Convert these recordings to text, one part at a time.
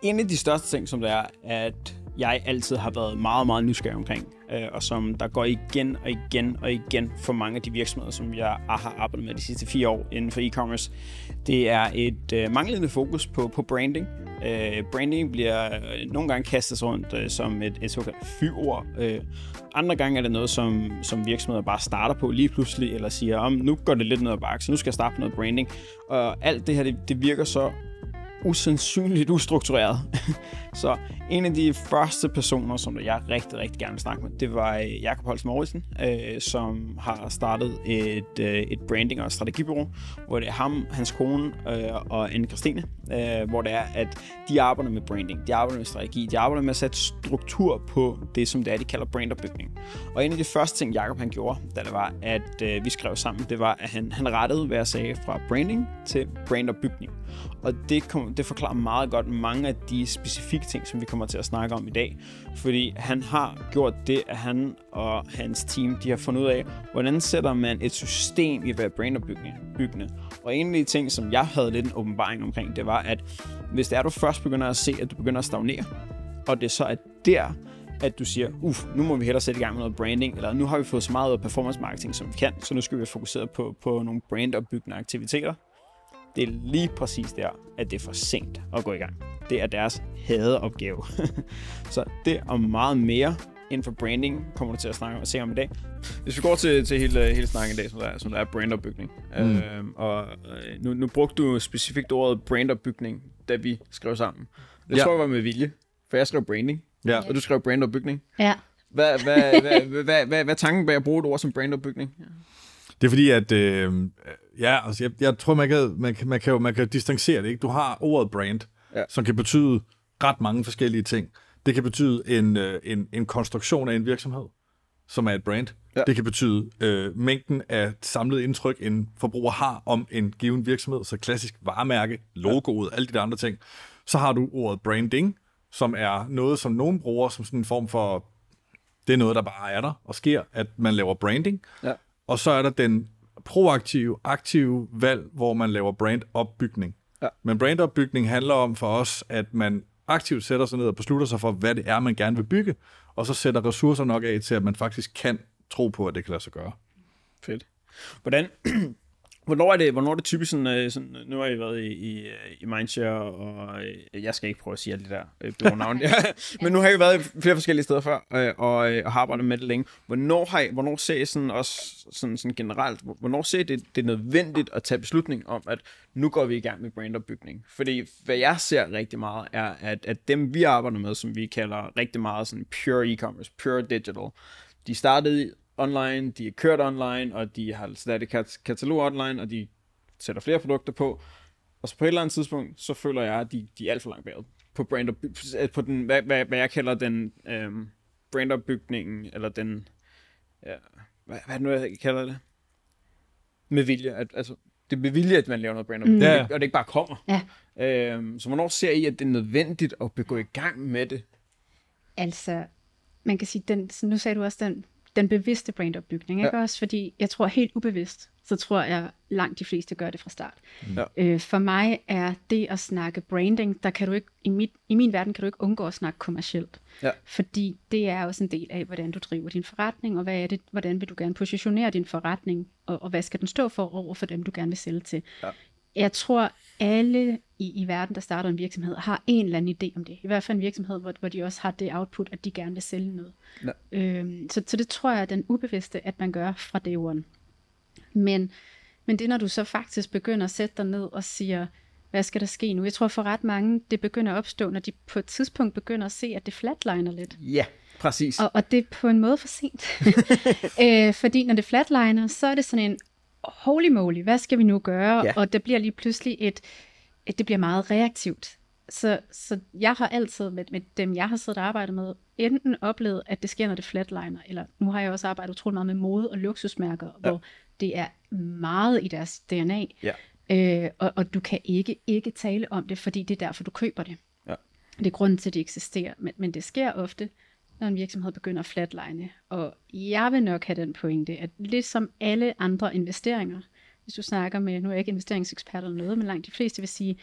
En af de største ting, som det er, at jeg altid har været meget, meget nysgerrig omkring, og som der går igen og igen og igen for mange af de virksomheder, som jeg har arbejdet med de sidste 4 år inden for e-commerce, det er et manglende fokus på branding. Branding bliver nogle gange kastet rundt som et såkaldt fyord. Andre gange er det noget, som virksomheder bare starter på lige pludselig, eller siger, nu går det lidt ned ad bakke, så nu skal jeg starte på noget branding. Og alt det her, det virker så usandsynligt ustruktureret. Så en af de første personer, som jeg rigtig, rigtig gerne vil snakke med, det var Jakob Holst Mouritsen, som har startet et branding- og strategibureau, hvor det er ham, hans kone og Anne Christine, hvor det er, at de arbejder med branding, de arbejder med strategi, de arbejder med at sætte struktur på det, som det er, de kalder brandopbygning. Og en af de første ting, Jakob han gjorde, da det var, at vi skrev sammen, det var, at han rettede, hvad jeg sagde, fra branding til brandopbygning. Og det forklarer meget godt mange af de specifikke ting, som vi kommer til at snakke om i dag. Fordi han har gjort det, at han og hans team, de har fundet ud af, hvordan sætter man et system i at være brandopbyggende. Og en af de ting, som jeg havde lidt en åbenbaring omkring, det var, at hvis det er, du først begynder at se, at du begynder at stagnere, og det så er der, at du siger, nu må vi hellere sætte i gang med noget branding, eller nu har vi fået så meget af performance marketing, som vi kan, så nu skal vi fokusere på nogle brandopbyggende aktiviteter. Det er lige præcis der, at det er for sent at gå i gang. Det er deres hadeopgave. Så det og meget mere inden for branding kommer du til at snakke og se om i dag. Hvis vi går til hele snakken i dag, som der er brandopbygning. Nu brugte du specifikt ordet brandopbygning, da vi skrev sammen. Det tror jeg var med vilje, for jeg skrev branding, og du skrev brandopbygning. Ja. Hvad er tanken bag at bruge et ord som brandopbygning? Det er fordi, at jeg tror, man kan distancere det. Ikke? Du har ordet brand, som kan betyde ret mange forskellige ting. Det kan betyde en konstruktion af en virksomhed, som er et brand. Ja. Det kan betyde mængden af samlet indtryk, en forbruger har om en given virksomhed, så klassisk varemærke, logoet, alle de andre ting. Så har du ordet branding, som er noget, som nogen bruger som sådan en form for, det er noget, der bare er der og sker, at man laver branding. Ja. Og så er der den proaktive, aktive valg, hvor man laver brandopbygning. Ja. Men brandopbygning handler om for os, at man aktivt sætter sig ned og beslutter sig for, hvad det er, man gerne vil bygge, og så sætter ressourcer nok af til, at man faktisk kan tro på, at det kan lade sig gøre. Fedt. Hvornår er det typisk sådan, nu har I været i Mindshare, og jeg skal ikke prøve at sige alle de der bureaunavne, men nu har I været flere forskellige steder før, og har arbejdet med det længe. Hvornår ser I sådan også sådan generelt, hvornår ser I det nødvendigt at tage beslutning om, at nu går vi i gang med brandopbygning? Fordi hvad jeg ser rigtig meget, er, at dem vi arbejder med, som vi kalder rigtig meget sådan pure e-commerce, pure digital, de startede online, de er kørt online, og de har stadig katalog online, og de sætter flere produkter på. Og så på et eller andet tidspunkt, så føler jeg, at de er alt for langt bagud på på den, hvad jeg kalder den brandopbygningen, eller den, hvad er det nu, jeg kalder det? Med vilje. Altså, det er med vilje, at man laver noget brandopbygning, og det ikke bare kommer. Ja. Så hvornår ser I, at det er nødvendigt at gå i gang med det? Altså, man kan sige, nu sagde du også den bevidste brandopbygning, ikke også? Fordi jeg tror helt ubevidst, så tror jeg langt de fleste gør det fra start. Ja. For mig er det at snakke branding, der kan du ikke, i min verden kan du ikke undgå at snakke kommercielt. Ja. Fordi det er også en del af, hvordan du driver din forretning, og hvordan vil du gerne positionere din forretning, og hvad skal den stå for over for dem, du gerne vil sælge til. Ja. Jeg tror, alle i verden, der starter en virksomhed, har en eller anden idé om det. I hvert fald en virksomhed, hvor de også har det output, at de gerne vil sælge noget. Ja. Så det tror jeg er den ubevidste, at man gør fra day one. Men det, når du så faktisk begynder at sætte dig ned og siger, hvad skal der ske nu? Jeg tror for ret mange, det begynder at opstå, når de på et tidspunkt begynder at se, at det flatliner lidt. Ja, præcis. Og det er på en måde for sent. Fordi når det flatliner, så er det sådan en, holy moly, hvad skal vi nu gøre? Ja. Og det bliver lige pludselig det bliver meget reaktivt. Så jeg har altid med dem, jeg har siddet og arbejdet med, enten oplevet, at det sker, når det flatliner, eller nu har jeg også arbejdet utrolig meget med mode og luksusmærker, hvor det er meget i deres DNA. Ja. Og du kan ikke tale om det, fordi det er derfor, du køber det. Ja. Det er grunden til, at det eksisterer. Men det sker ofte, når en virksomhed begynder at flatline. Og jeg vil nok have den pointe, at lidt som alle andre investeringer, hvis du snakker med, nu er jeg ikke investeringsekspert eller noget, men langt de fleste vil sige,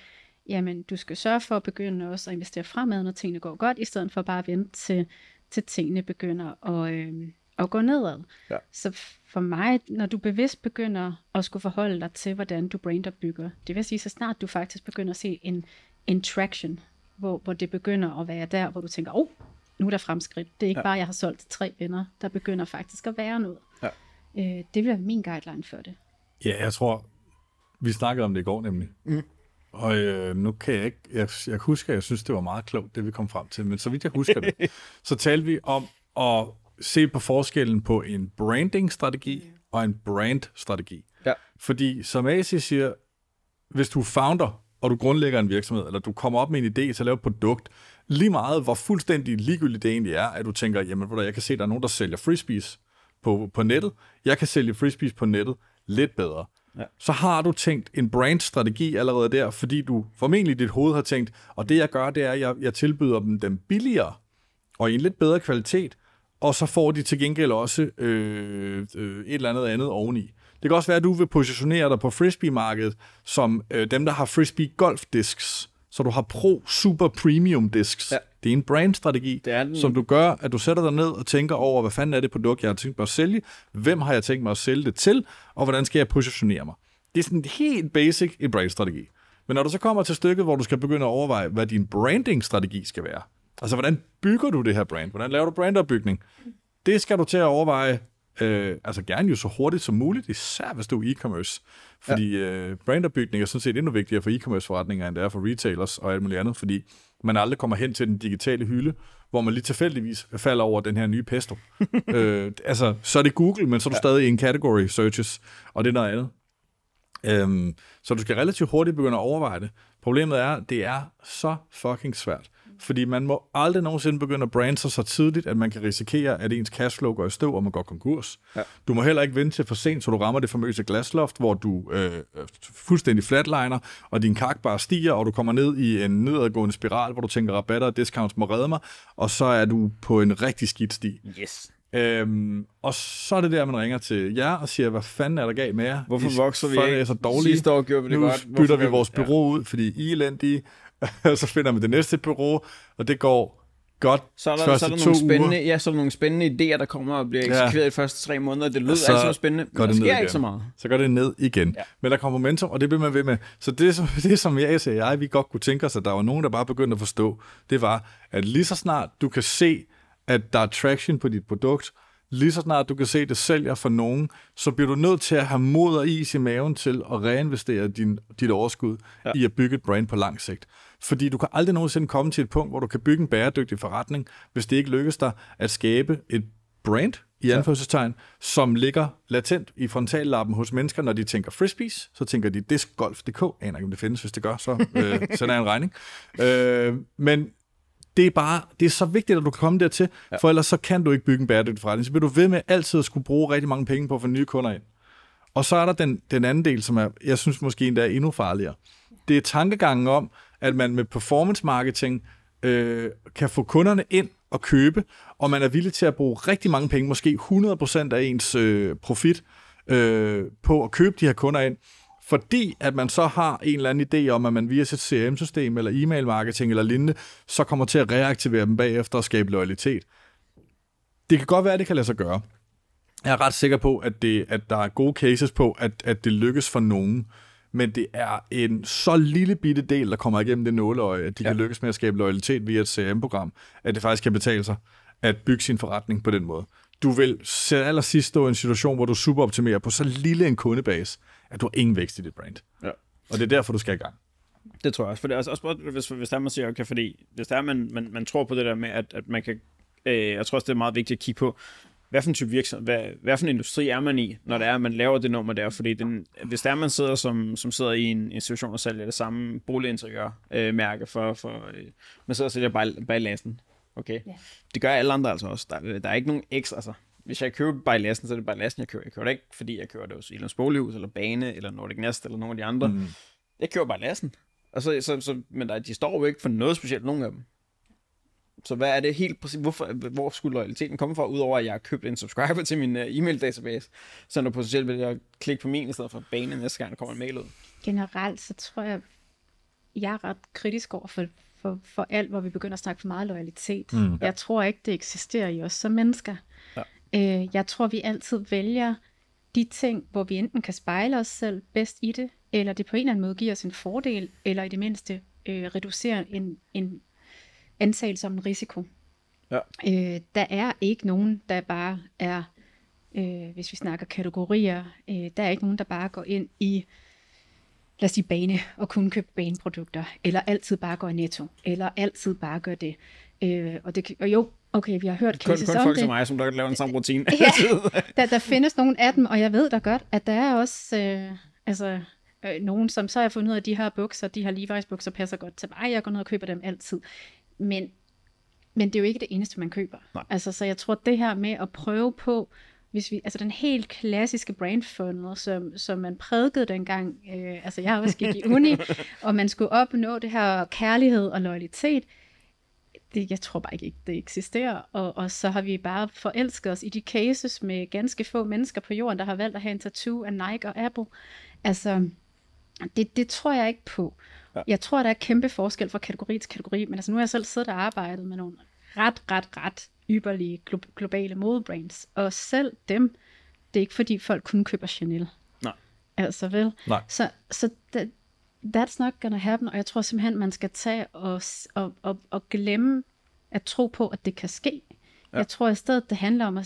jamen du skal sørge for at begynde også at investere fremad, når tingene går godt, i stedet for bare at vente til tingene begynder at gå nedad. Ja. Så for mig, når du bevidst begynder at skulle forholde dig til, hvordan du brainopbygger, det vil sige, så snart du faktisk begynder at se en traction, hvor det begynder at være der, hvor du tænker, nu er der fremskridt. Det er ikke bare, jeg har solgt 3 venner. Der begynder faktisk at være noget. Ja. Det vil være min guideline for det. Ja, jeg tror, vi snakkede om det i går nemlig. Og nu kan jeg ikke, jeg husker, jeg synes, det var meget klogt, det vi kom frem til. Men så vidt jeg husker det, så talte vi om at se på forskellen på en branding-strategi og en brand-strategi. Ja. Fordi som AC siger, hvis du er founder, og du grundlægger en virksomhed, eller du kommer op med en idé til at lave et produkt, lige meget, hvor fuldstændig ligegyldigt det egentlig er, at du tænker, jamen, jeg kan se, at der er nogen, der sælger frisbees på nettet. Jeg kan sælge frisbees på nettet lidt bedre. Ja. Så har du tænkt en brand-strategi allerede der, fordi du formentlig i dit hoved har tænkt, og det jeg gør, det er, at jeg tilbyder dem billigere, og i en lidt bedre kvalitet, og så får de til gengæld også et eller andet oveni. Det kan også være, at du vil positionere dig på frisbee-markedet som dem, der har frisbee golf discs. Så du har pro super premium discs. Ja. Det er en brandstrategi, som du gør, at du sætter dig ned og tænker over, hvad fanden er det produkt, jeg har tænkt mig at sælge? Hvem har jeg tænkt mig at sælge det til? Og hvordan skal jeg positionere mig? Det er sådan helt basic i brandstrategi. Men når du så kommer til stykket, hvor du skal begynde at overveje, hvad din branding-strategi skal være. Altså, hvordan bygger du det her brand? Hvordan laver du brandopbygning? Det skal du til at overveje. Altså gerne jo så hurtigt som muligt, især hvis du er e-commerce. Fordi brandopbygning er sådan set endnu vigtigere for e-commerce forretninger, end det er for retailers og alt muligt andet, fordi man aldrig kommer hen til den digitale hylde, hvor man lige tilfældigvis falder over den her nye pesto. Altså, så er det Google, men så er du stadig i en category searches, og det er noget andet. Så du skal relativt hurtigt begynde at overveje det. Problemet er, at det er så fucking svært. Fordi man må aldrig nogensinde begynde at brande sig så tidligt, at man kan risikere, at ens cashflow går i stå, og man går konkurs. Ja. Du må heller ikke vente til for sent, så du rammer det famøse glasloft, hvor du fuldstændig flatliner, og din CAC bare stiger, og du kommer ned i en nedadgående spiral, hvor du tænker, rabatter og discounts må redde mig, og så er du på en rigtig skidt sti. Yes. Og så er det der, man ringer til jer og siger, hvad fanden er der galt med jer? Hvorfor vokser vi ikke? Er så dårlige. Sidste år gjorde vi det nu godt. Nu bytter vi vores bureau ud, fordi I er elendige. Så finder man det næste bureau, og det går godt så er der nogle spændende idéer, der kommer og bliver eksekveret de første 3 måneder. Det lyder altså spændende, men der sker ikke så meget. Så går det ned igen. Ja. Men der kommer momentum, og det bliver man ved med. Så det som vi godt kunne tænke os, at der var nogen, der bare begyndte at forstå, det var, at lige så snart du kan se, at der er traction på dit produkt, lige så snart du kan se, at det sælger for nogen, så bliver du nødt til at have mod og is i maven til at reinvestere dit overskud i at bygge et brand på lang sigt. Fordi du kan aldrig nogensinde komme til et punkt, hvor du kan bygge en bæredygtig forretning, hvis det ikke lykkes dig at skabe et brand, i anførselstegn, som ligger latent i frontallappen hos mennesker, når de tænker frisbees, så tænker de discgolf.dk, aner ikke om det findes, hvis det gør, så sender jeg en regning. Men det er så vigtigt, at du kan komme dertil, for ellers så kan du ikke bygge en bæredygtig forretning. Så bliver du ved med altid at skulle bruge rigtig mange penge på at få nye kunder ind. Og så er der den anden del, som jeg synes måske endda er endnu farligere. Det er tankegangen om, at man med performance marketing kan få kunderne ind og købe, og man er villig til at bruge rigtig mange penge, måske 100% af ens profit, på at købe de her kunder ind, fordi at man så har en eller anden idé om, at man via sit CRM-system eller e-mail-marketing eller lignende, så kommer til at reaktivere dem bagefter og skabe loyalitet. Det kan godt være, at det kan lade sig gøre. Jeg er ret sikker på, at der er gode cases på, at det lykkes for nogen, men det er en så lille bitte del, der kommer igennem det nåleøje, at de kan lykkes med at skabe loyalitet via et CRM-program, at det faktisk kan betale sig at bygge sin forretning på den måde. Du vil allersidst stå i en situation, hvor du superoptimerer på så lille en kundebase, at du har ingen vækst i dit brand. Ja. Og det er derfor, du skal i gang. Det tror jeg også. For det er også hvis der man siger, okay, fordi hvis der man tror på det der med, at man kan, jeg tror også, det er meget vigtigt at kigge på, hvad for en type virksomhed, hvad for en industri er man i, når det er, at man laver det nummer der, fordi hvis der man sidder som sidder i en institution og sælger det samme boliginteriørmærke man sidder og sælger bejlassen. Okay. Yeah. Det gør alle andre altså også. Der er ikke nogen ekstra, altså. Hvis jeg køber bejlassen, så er det bejlassen, jeg køber. Jeg køber det ikke, fordi jeg køber det hos Elons Bolighus, eller Bane, eller Nordic Nest, eller nogle af de andre. Mm. Jeg køber bejlassen. Og men de står jo ikke for noget specielt, nogen af dem. Så hvad er det helt præcis? Hvor skulle loyaliteten komme fra, udover at jeg har købt en subscriber til min e-mail database, så du potentielt vil jeg klikke på min, i stedet for Bane næste gang, der kommer en mail ud? Generelt, så tror jeg, jeg er ret kritisk over for alt, hvor vi begynder at snakke for meget loyalitet. Mm. Jeg tror ikke, det eksisterer i os som mennesker. Ja. Jeg tror, vi altid vælger de ting, hvor vi enten kan spejle os selv bedst i det, eller det på en eller anden måde giver os en fordel, eller i det mindste reducerer en antagelse om en risiko. Ja. Der er ikke nogen, der bare er, hvis vi snakker kategorier, der er ikke nogen, der bare går ind i, lad os sige, Bane, og kun købe Bane-produkter, eller altid bare går i Netto, eller altid bare gør det. Og jo, okay, vi har hørt cases om det. Kun folk som mig, som der laver den samme rutine. Ja, der findes nogle af dem, og jeg ved da godt, at der er også nogen, som så har fundet ud af, at de her bukser, de her Levi's bukser passer godt til mig. Jeg går ned og køber dem altid. Men det er jo ikke det eneste, man køber. Altså, så jeg tror, det her med at prøve på, den helt klassiske brand funnel, som man prædikede dengang, jeg har også gik i uni, og man skulle opnå det her kærlighed og loyalitet, jeg tror bare ikke, det eksisterer, og så har vi bare forelsket os i de cases med ganske få mennesker på jorden, der har valgt at have en tattoo af Nike og Apple. Altså, det tror jeg ikke på. Ja. Jeg tror, der er kæmpe forskel fra kategori til kategori, men altså, nu har jeg selv siddet og arbejdet med nogle ret ypperlige globale modebrands, og selv dem, det er ikke fordi folk kun køber Chanel. Nej. Altså vel? Nej. Så that's not gonna happen, og jeg tror simpelthen, man skal tage og glemme at tro på, at det kan ske. Ja. Jeg tror i stedet, det handler om at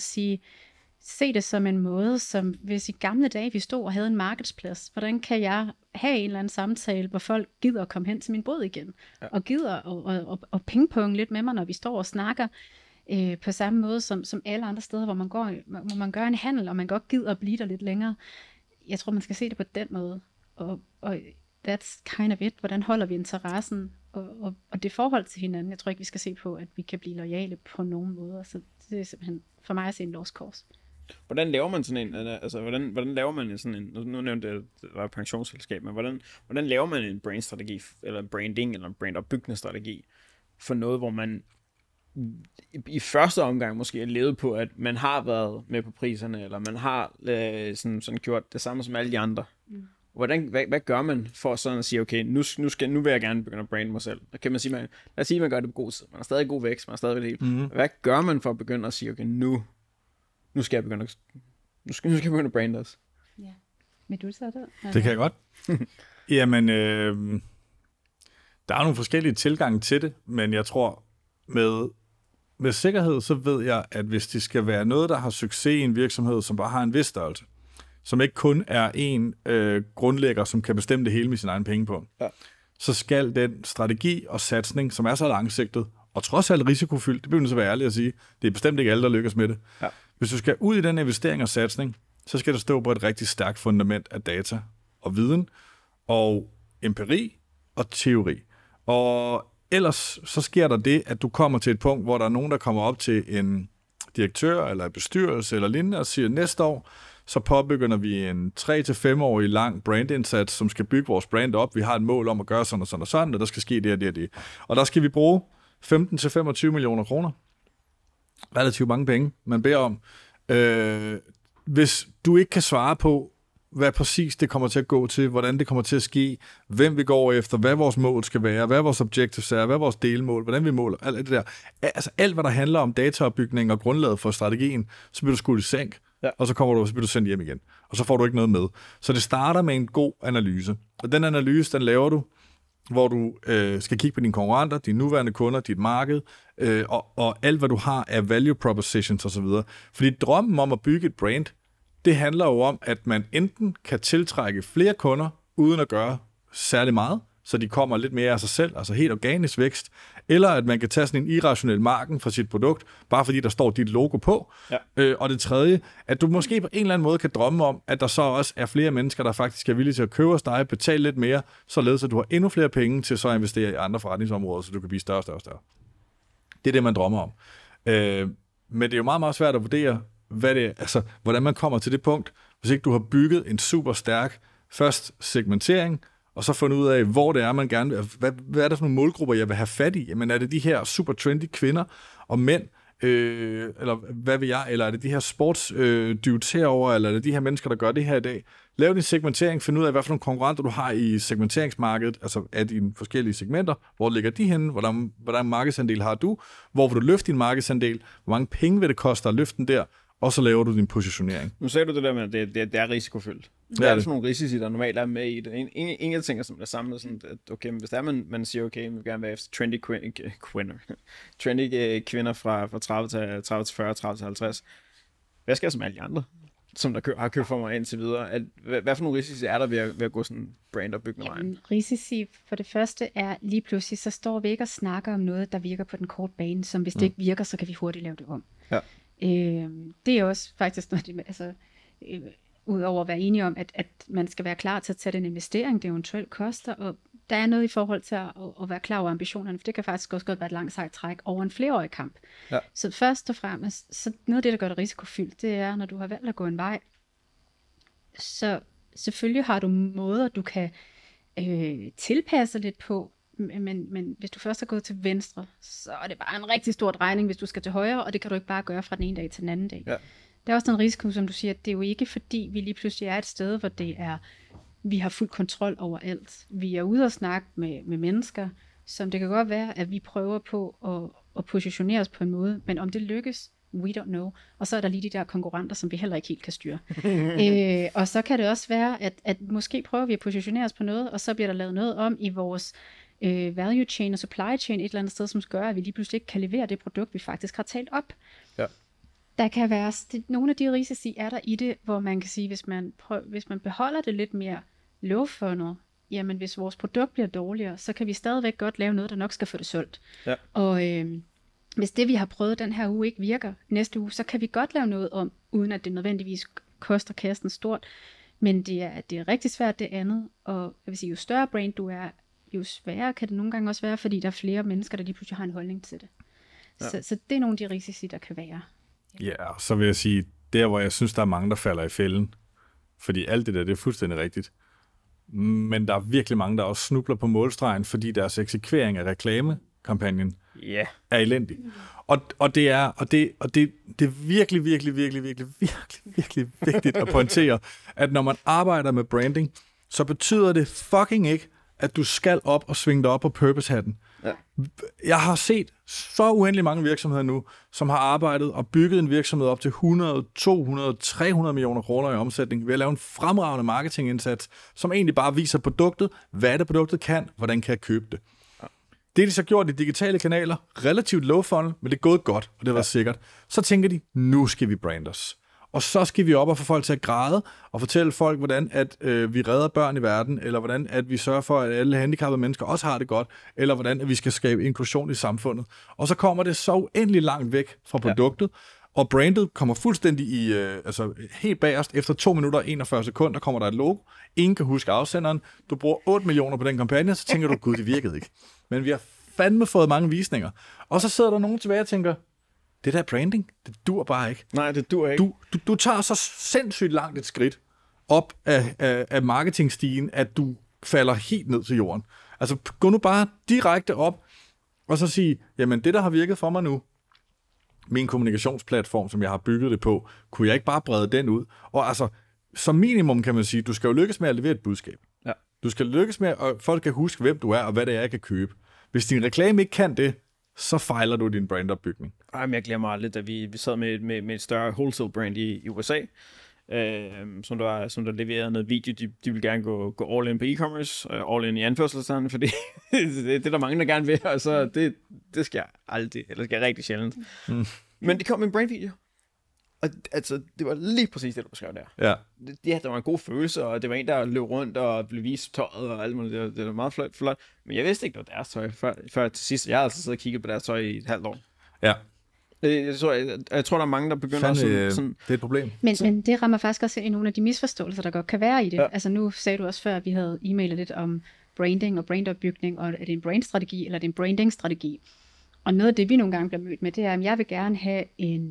se det som en måde, som hvis i gamle dage vi stod og havde en markedsplads, hvordan kan jeg have en eller anden samtale, hvor folk gider at komme hen til min båd igen, og gider og pingpong lidt med mig, når vi står og snakker, på samme måde som alle andre steder, hvor man gør en handel, og man godt gider at blive der lidt længere. Jeg tror, man skal se det på den måde, og that's kind of it. Hvordan holder vi interessen og det forhold til hinanden? Jeg tror ikke, vi skal se på, at vi kan blive loyale på nogen måder. Så det er simpelthen for mig at se en lost cause. Hvordan laver man sådan en, altså hvordan laver man sådan en, nu nævnte jeg, det var et pensionsselskab, men hvordan laver man en brandstrategi, eller en branding, eller en brandopbyggende strategi, for noget, hvor man i første omgang måske er levet på, at man har været med på priserne, eller man har sådan gjort det samme som alle de andre. Hvad gør man for sådan at sige, okay, nu vil jeg gerne begynde at brande mig selv? Der kan man sige, lad os sige, at man gør det på god tid. Man har stadig god vækst, man har stadig det hele. Hvad gør man for at begynde at sige, okay, nu skal jeg begynde at brande os? Ja. Vil du så det? Det kan jeg godt. Jamen, der er nogle forskellige tilgange til det, men jeg tror, med sikkerhed, så ved jeg, at hvis det skal være noget, der har succes i en virksomhed, som bare har en vis størrelse, som ikke kun er en grundlægger, som kan bestemme det hele med sin egen penge på, så skal den strategi og satsning, som er så langsigtet, og trods alt risikofyldt, det bliver så være ærligt at sige, det er bestemt ikke alle, der lykkes med det. Ja. Hvis du skal ud i den investering og satsning, så skal der stå på et rigtig stærkt fundament af data og viden, og empiri og teori. Og ellers så sker der det, at du kommer til et punkt, hvor der er nogen, der kommer op til en direktør eller en bestyrelse eller lignende og siger, næste år, så påbegynder vi en 3-5-årig lang brandindsats, som skal bygge vores brand op. Vi har et mål om at gøre sådan og sådan og sådan, og der skal ske det og det og det. Og der skal vi bruge 15-25 millioner kroner. Relativt mange penge, man beder om. Hvis du ikke kan svare på, hvad præcis det kommer til at gå til, hvordan det kommer til at ske, hvem vi går efter, hvad vores mål skal være, hvad vores objectives er, hvad vores delmål, hvordan vi måler, alt det der. Altså alt, hvad der handler om dataopbygning og grundlaget for strategien, så bliver du skudt i sænk, og så bliver du sendt hjem igen. Og så får du ikke noget med. Så det starter med en god analyse. Og den analyse, den laver du, hvor du skal kigge på dine konkurrenter, dine nuværende kunder, dit marked, og alt, hvad du har af value propositions osv. Fordi drømmen om at bygge et brand, det handler jo om, at man enten kan tiltrække flere kunder, uden at gøre særlig meget, så de kommer lidt mere af sig selv, altså helt organisk vækst, eller at man kan tage sådan en irrationel marken for sit produkt, bare fordi der står dit logo på. Ja. Og det tredje, at du måske på en eller anden måde kan drømme om, at der så også er flere mennesker, der faktisk er villige til at købe hos dig, betale lidt mere, således at du har endnu flere penge til så at investere i andre forretningsområder, så du kan blive større og større og større. Det er det, man drømmer om. Men det er jo meget, meget svært at vurdere, hvordan man kommer til det punkt, hvis ikke du har bygget en super stærk først segmentering, og så fundet ud af, hvor det er, man gerne vil. Hvad er det for nogle målgrupper, jeg vil have fat i? Jamen er det de her super trendy kvinder og mænd, eller hvad vil jeg, eller er det de her sportsdudes herover, eller er det de her mennesker, der gør det her i dag? Lav din segmentering, find ud af, hvad for nogle konkurrenter du har i segmenteringsmarkedet, altså af dine forskellige segmenter. Hvor ligger de henne? Hvordan markedsandel har du? Hvor vil du løfte din markedsandel? Hvor mange penge vil det koste at løfte den der? Og så laver du din positionering. Nu sagde du det der med, at det er risikofyldt. Hvad er det for nogle risici, der normalt er med i det? En af ting er som der samlet sådan, at okay, hvis der er, man siger, okay, vi vil gerne være efter trendy kvinder fra 30 til 40, 30 til 50. Hvad skal jeg som alle de andre, som der har købt for mig indtil videre? Hvad for nogle risici er der ved at gå sådan brandopbyggende vejen? Risici for det første er lige pludselig, så står vi ikke og snakker om noget, der virker på den korte bane, som hvis det ikke virker, så kan vi hurtigt lave det om. Ja. Det er også faktisk noget, altså, udover at være enige om, at man skal være klar til at tage den investering, det eventuelt koster, og der er noget i forhold til at være klar over ambitionerne, for det kan faktisk også godt være et langt sejt træk over en flereårig kamp. Ja. Så først og fremmest, så noget af det, der gør det risikofyldt, det er, når du har valgt at gå en vej, så selvfølgelig har du måder, du kan tilpasse lidt på, men hvis du først er gået til venstre, så er det bare en rigtig stor drejning, hvis du skal til højre, og det kan du ikke bare gøre fra den ene dag til den anden dag. Ja. Der er også den risiko, som du siger, at det er jo ikke fordi, vi lige pludselig er et sted, hvor vi har fuld kontrol over alt. Vi er ude og snakke med mennesker, som det kan godt være, at vi prøver på at positionere os på en måde, men om det lykkes, we don't know. Og så er der lige de der konkurrenter, som vi heller ikke helt kan styre. Og så kan det også være, at måske prøver vi at positionere os på noget, og så bliver der lavet noget om i vores value chain og supply chain et eller andet sted, som gør, at vi lige pludselig ikke kan levere det produkt, vi faktisk har talt op. Ja. Der kan være nogle af de risici er der i det, hvor man kan sige, hvis man beholder det lidt mere low-funnel, jamen hvis vores produkt bliver dårligere, så kan vi stadigvæk godt lave noget, der nok skal få det solgt. Ja. Og hvis det, vi har prøvet den her uge, ikke virker næste uge, så kan vi godt lave noget om, uden at det nødvendigvis koster kassen stort. Men det er rigtig svært det andet, og jeg vil sige, jo større brand du er, jo sværere kan det nogle gange også være, fordi der er flere mennesker, der lige pludselig har en holdning til det. Ja. Så det er nogle af de risici, der kan være. Ja, så vil jeg sige, der hvor jeg synes, der er mange, der falder i fælden, fordi alt det der, det er fuldstændig rigtigt. Men der er virkelig mange, der også snubler på målstregen, fordi deres eksekvering af reklamekampagnen er elendig. Og det er virkelig vigtigt at pointere, at når man arbejder med branding, så betyder det fucking ikke, at du skal op og svinge dig op på purpose-hatten. Ja. Jeg har set så uendelig mange virksomheder nu, som har arbejdet og bygget en virksomhed op til 100, 200, 300 millioner kroner i omsætning ved at lave en fremragende marketingindsats, som egentlig bare viser produktet, hvad det produktet kan, hvordan kan jeg købe det. Ja. Det er de så gjort i digitale kanaler, relativt low funnel, men det er gået godt, og det var sikkert. Så tænker de, nu skal vi brande os. Og så skal vi op og få folk til at græde, og fortælle folk, hvordan at vi redder børn i verden, eller hvordan at vi sørger for, at alle handicappede mennesker også har det godt, eller hvordan at vi skal skabe inklusion i samfundet. Og så kommer det så uendelig langt væk fra produktet, og brandet kommer fuldstændig helt bagerst. Efter 2 minutter og 41 sekunder kommer der et logo. Ingen kan huske afsenderen. Du bruger 8 millioner på den kampagne, så tænker du, gud, det virkede ikke. Men vi har fandme fået mange visninger. Og så sidder der nogen tilbage og tænker, det der branding, det dur bare ikke. Nej, det dur ikke. Du tager så sindssygt langt et skridt op af marketingstigen, at du falder helt ned til jorden. Altså, gå nu bare direkte op, og så sige, jamen det, der har virket for mig nu, min kommunikationsplatform, som jeg har bygget det på, kunne jeg ikke bare brede den ud? Og altså, som minimum kan man sige, du skal jo lykkes med at levere et budskab. Ja. Du skal lykkes med, at folk kan huske, hvem du er, og hvad det er, jeg kan købe. Hvis din reklame ikke kan det, så fejler du din brandopbygning. Jeg glemmer aldrig, da vi sad med et større wholesale brand i USA, som der leverede noget video. De vil gerne gå all in på e-commerce, all in i anførselstegn, fordi det er der mange, der gerne vil, og så det skal jeg aldrig, eller skal jeg rigtig sjældent. Men det kom med en brandvideo, og altså, det var lige præcis det, du beskrev der. Ja. Der var en god følelse, og det var en, der løb rundt og blev vist tøjet og alt muligt. Det var meget flot. Men jeg vidste ikke, det var deres tøj, før til sidst. Jeg har altså siddet og kigget på deres tøj i et halvt år. Ja. Jeg tror, der er mange, der begynder sådan... Det er et problem. Men det rammer faktisk også ind i nogle af de misforståelser, der godt kan være i det. Ja. Altså nu sagde du også før, at vi havde e-mailet lidt om branding og brandopbygning, og er det en brandstrategi, eller er det en brandingstrategi? Og noget af det, vi nogle gange bliver mødt med, det er, at jeg vil gerne have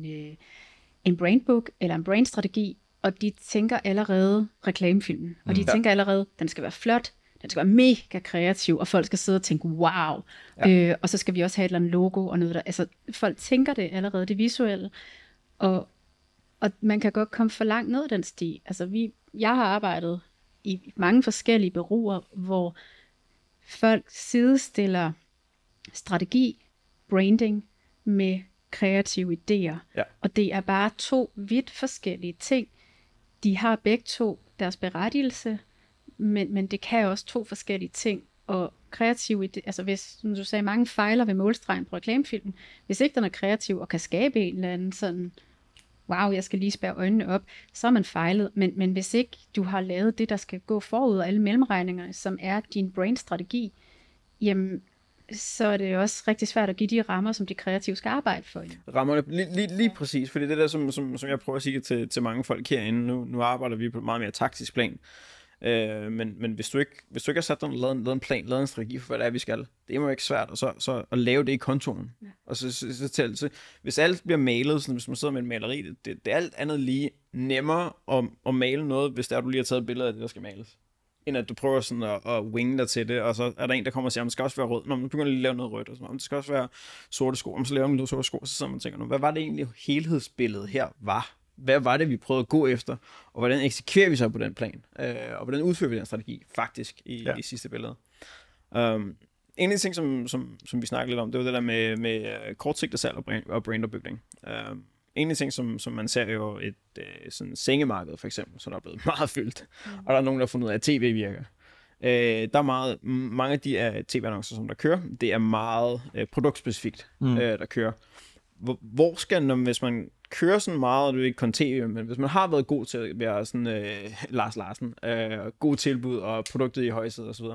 en brandbook eller en brandstrategi, og de tænker allerede reklamefilmen. Og de tænker allerede, den skal være flot, Den skal være mega kreativ, og folk skal sidde og tænke, wow. Og så skal vi også have et eller andet logo og noget der. Altså, folk tænker det allerede, det visuelle. Og man kan godt komme for langt ned ad den sti. Altså, jeg har arbejdet i mange forskellige bureauer, hvor folk sidestiller strategi, branding med kreative idéer. Ja. Og det er bare 2 vidt forskellige ting. De har begge 2 deres berettigelse, men det kan også 2 forskellige ting. Og kreative idéer, altså hvis, som du sagde, mange fejler ved målstregen på reklamefilmen, hvis ikke den er kreativ og kan skabe en eller anden sådan, wow, jeg skal lige spærre øjnene op, så er man fejlet. Men hvis ikke du har lavet det, der skal gå forud, og alle mellemregningerne, som er din brain-strategi, jamen, så er det også rigtig svært at give de rammer, som de kreative skal arbejde for. Rammerne, lige præcis, fordi det der, som jeg prøver at sige til mange folk herinde, nu arbejder vi på et meget mere taktisk plan, men hvis du ikke har sat dig lavet en plan, lavet en strategi for, hvad det er, vi skal, det er jo ikke svært, og så at lave det i kontoen. Ja. Og så hvis alt bliver malet, sådan, hvis man sidder med et maleri, det er alt andet lige nemmere at male noget, hvis det er, du lige har taget et billede af det, der skal males, end at du prøver sådan at winge dig til det, og så er der en, der kommer og siger, det skal også være rød. Nå, nu begynder lige at lave noget rødt, og så, det skal også være sorte sko, og så laver man noget sorte sko, og så sidder man og tænker, hvad var det egentlig helhedsbilledet her var? Hvad var det, vi prøvede at gå efter, og hvordan eksekverer vi så på den plan? Og hvordan udfører vi den strategi faktisk i sidste billede? En af de ting, som vi snakkede lidt om, det var det der med kortsigtet salg og brandopbygning. En af de ting, som man ser jo et sådan sengemarked for eksempel, så der er blevet meget fyldt, og der er nogen, der har fundet ud af, at tv virker. Der er mange af de tv-annoncer, som der kører, det er meget produktspecifikt, der kører. Hvor skal, hvis man kører sådan meget, og det er ikke kun tv, men hvis man har været god til at være sådan Lars Larsen, god tilbud og produktet i højsædet osv.,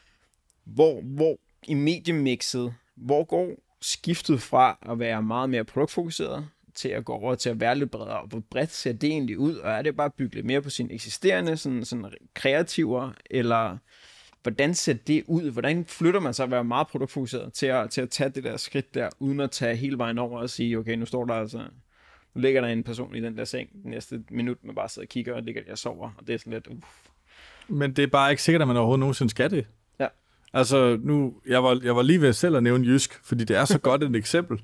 hvor i mediemixet, hvor går skiftet fra at være meget mere produktfokuseret til at gå over til at være lidt bredere, og hvor bredt ser det egentlig ud, og er det bare at bygge lidt mere på sine eksisterende sådan kreativer, eller hvordan ser det ud? Hvordan flytter man sig at være meget produktfokuseret til at tage det der skridt der, uden at tage hele vejen over og sige, okay, nu ligger der en person i den der seng, den næste minut, man bare sidder og kigger, og ligger der og sover, og det er sådan lidt, Men det er bare ikke sikkert, at man overhovedet nogensinde skal det. Ja. Altså, jeg var lige ved selv at nævne Jysk, fordi det er så godt et eksempel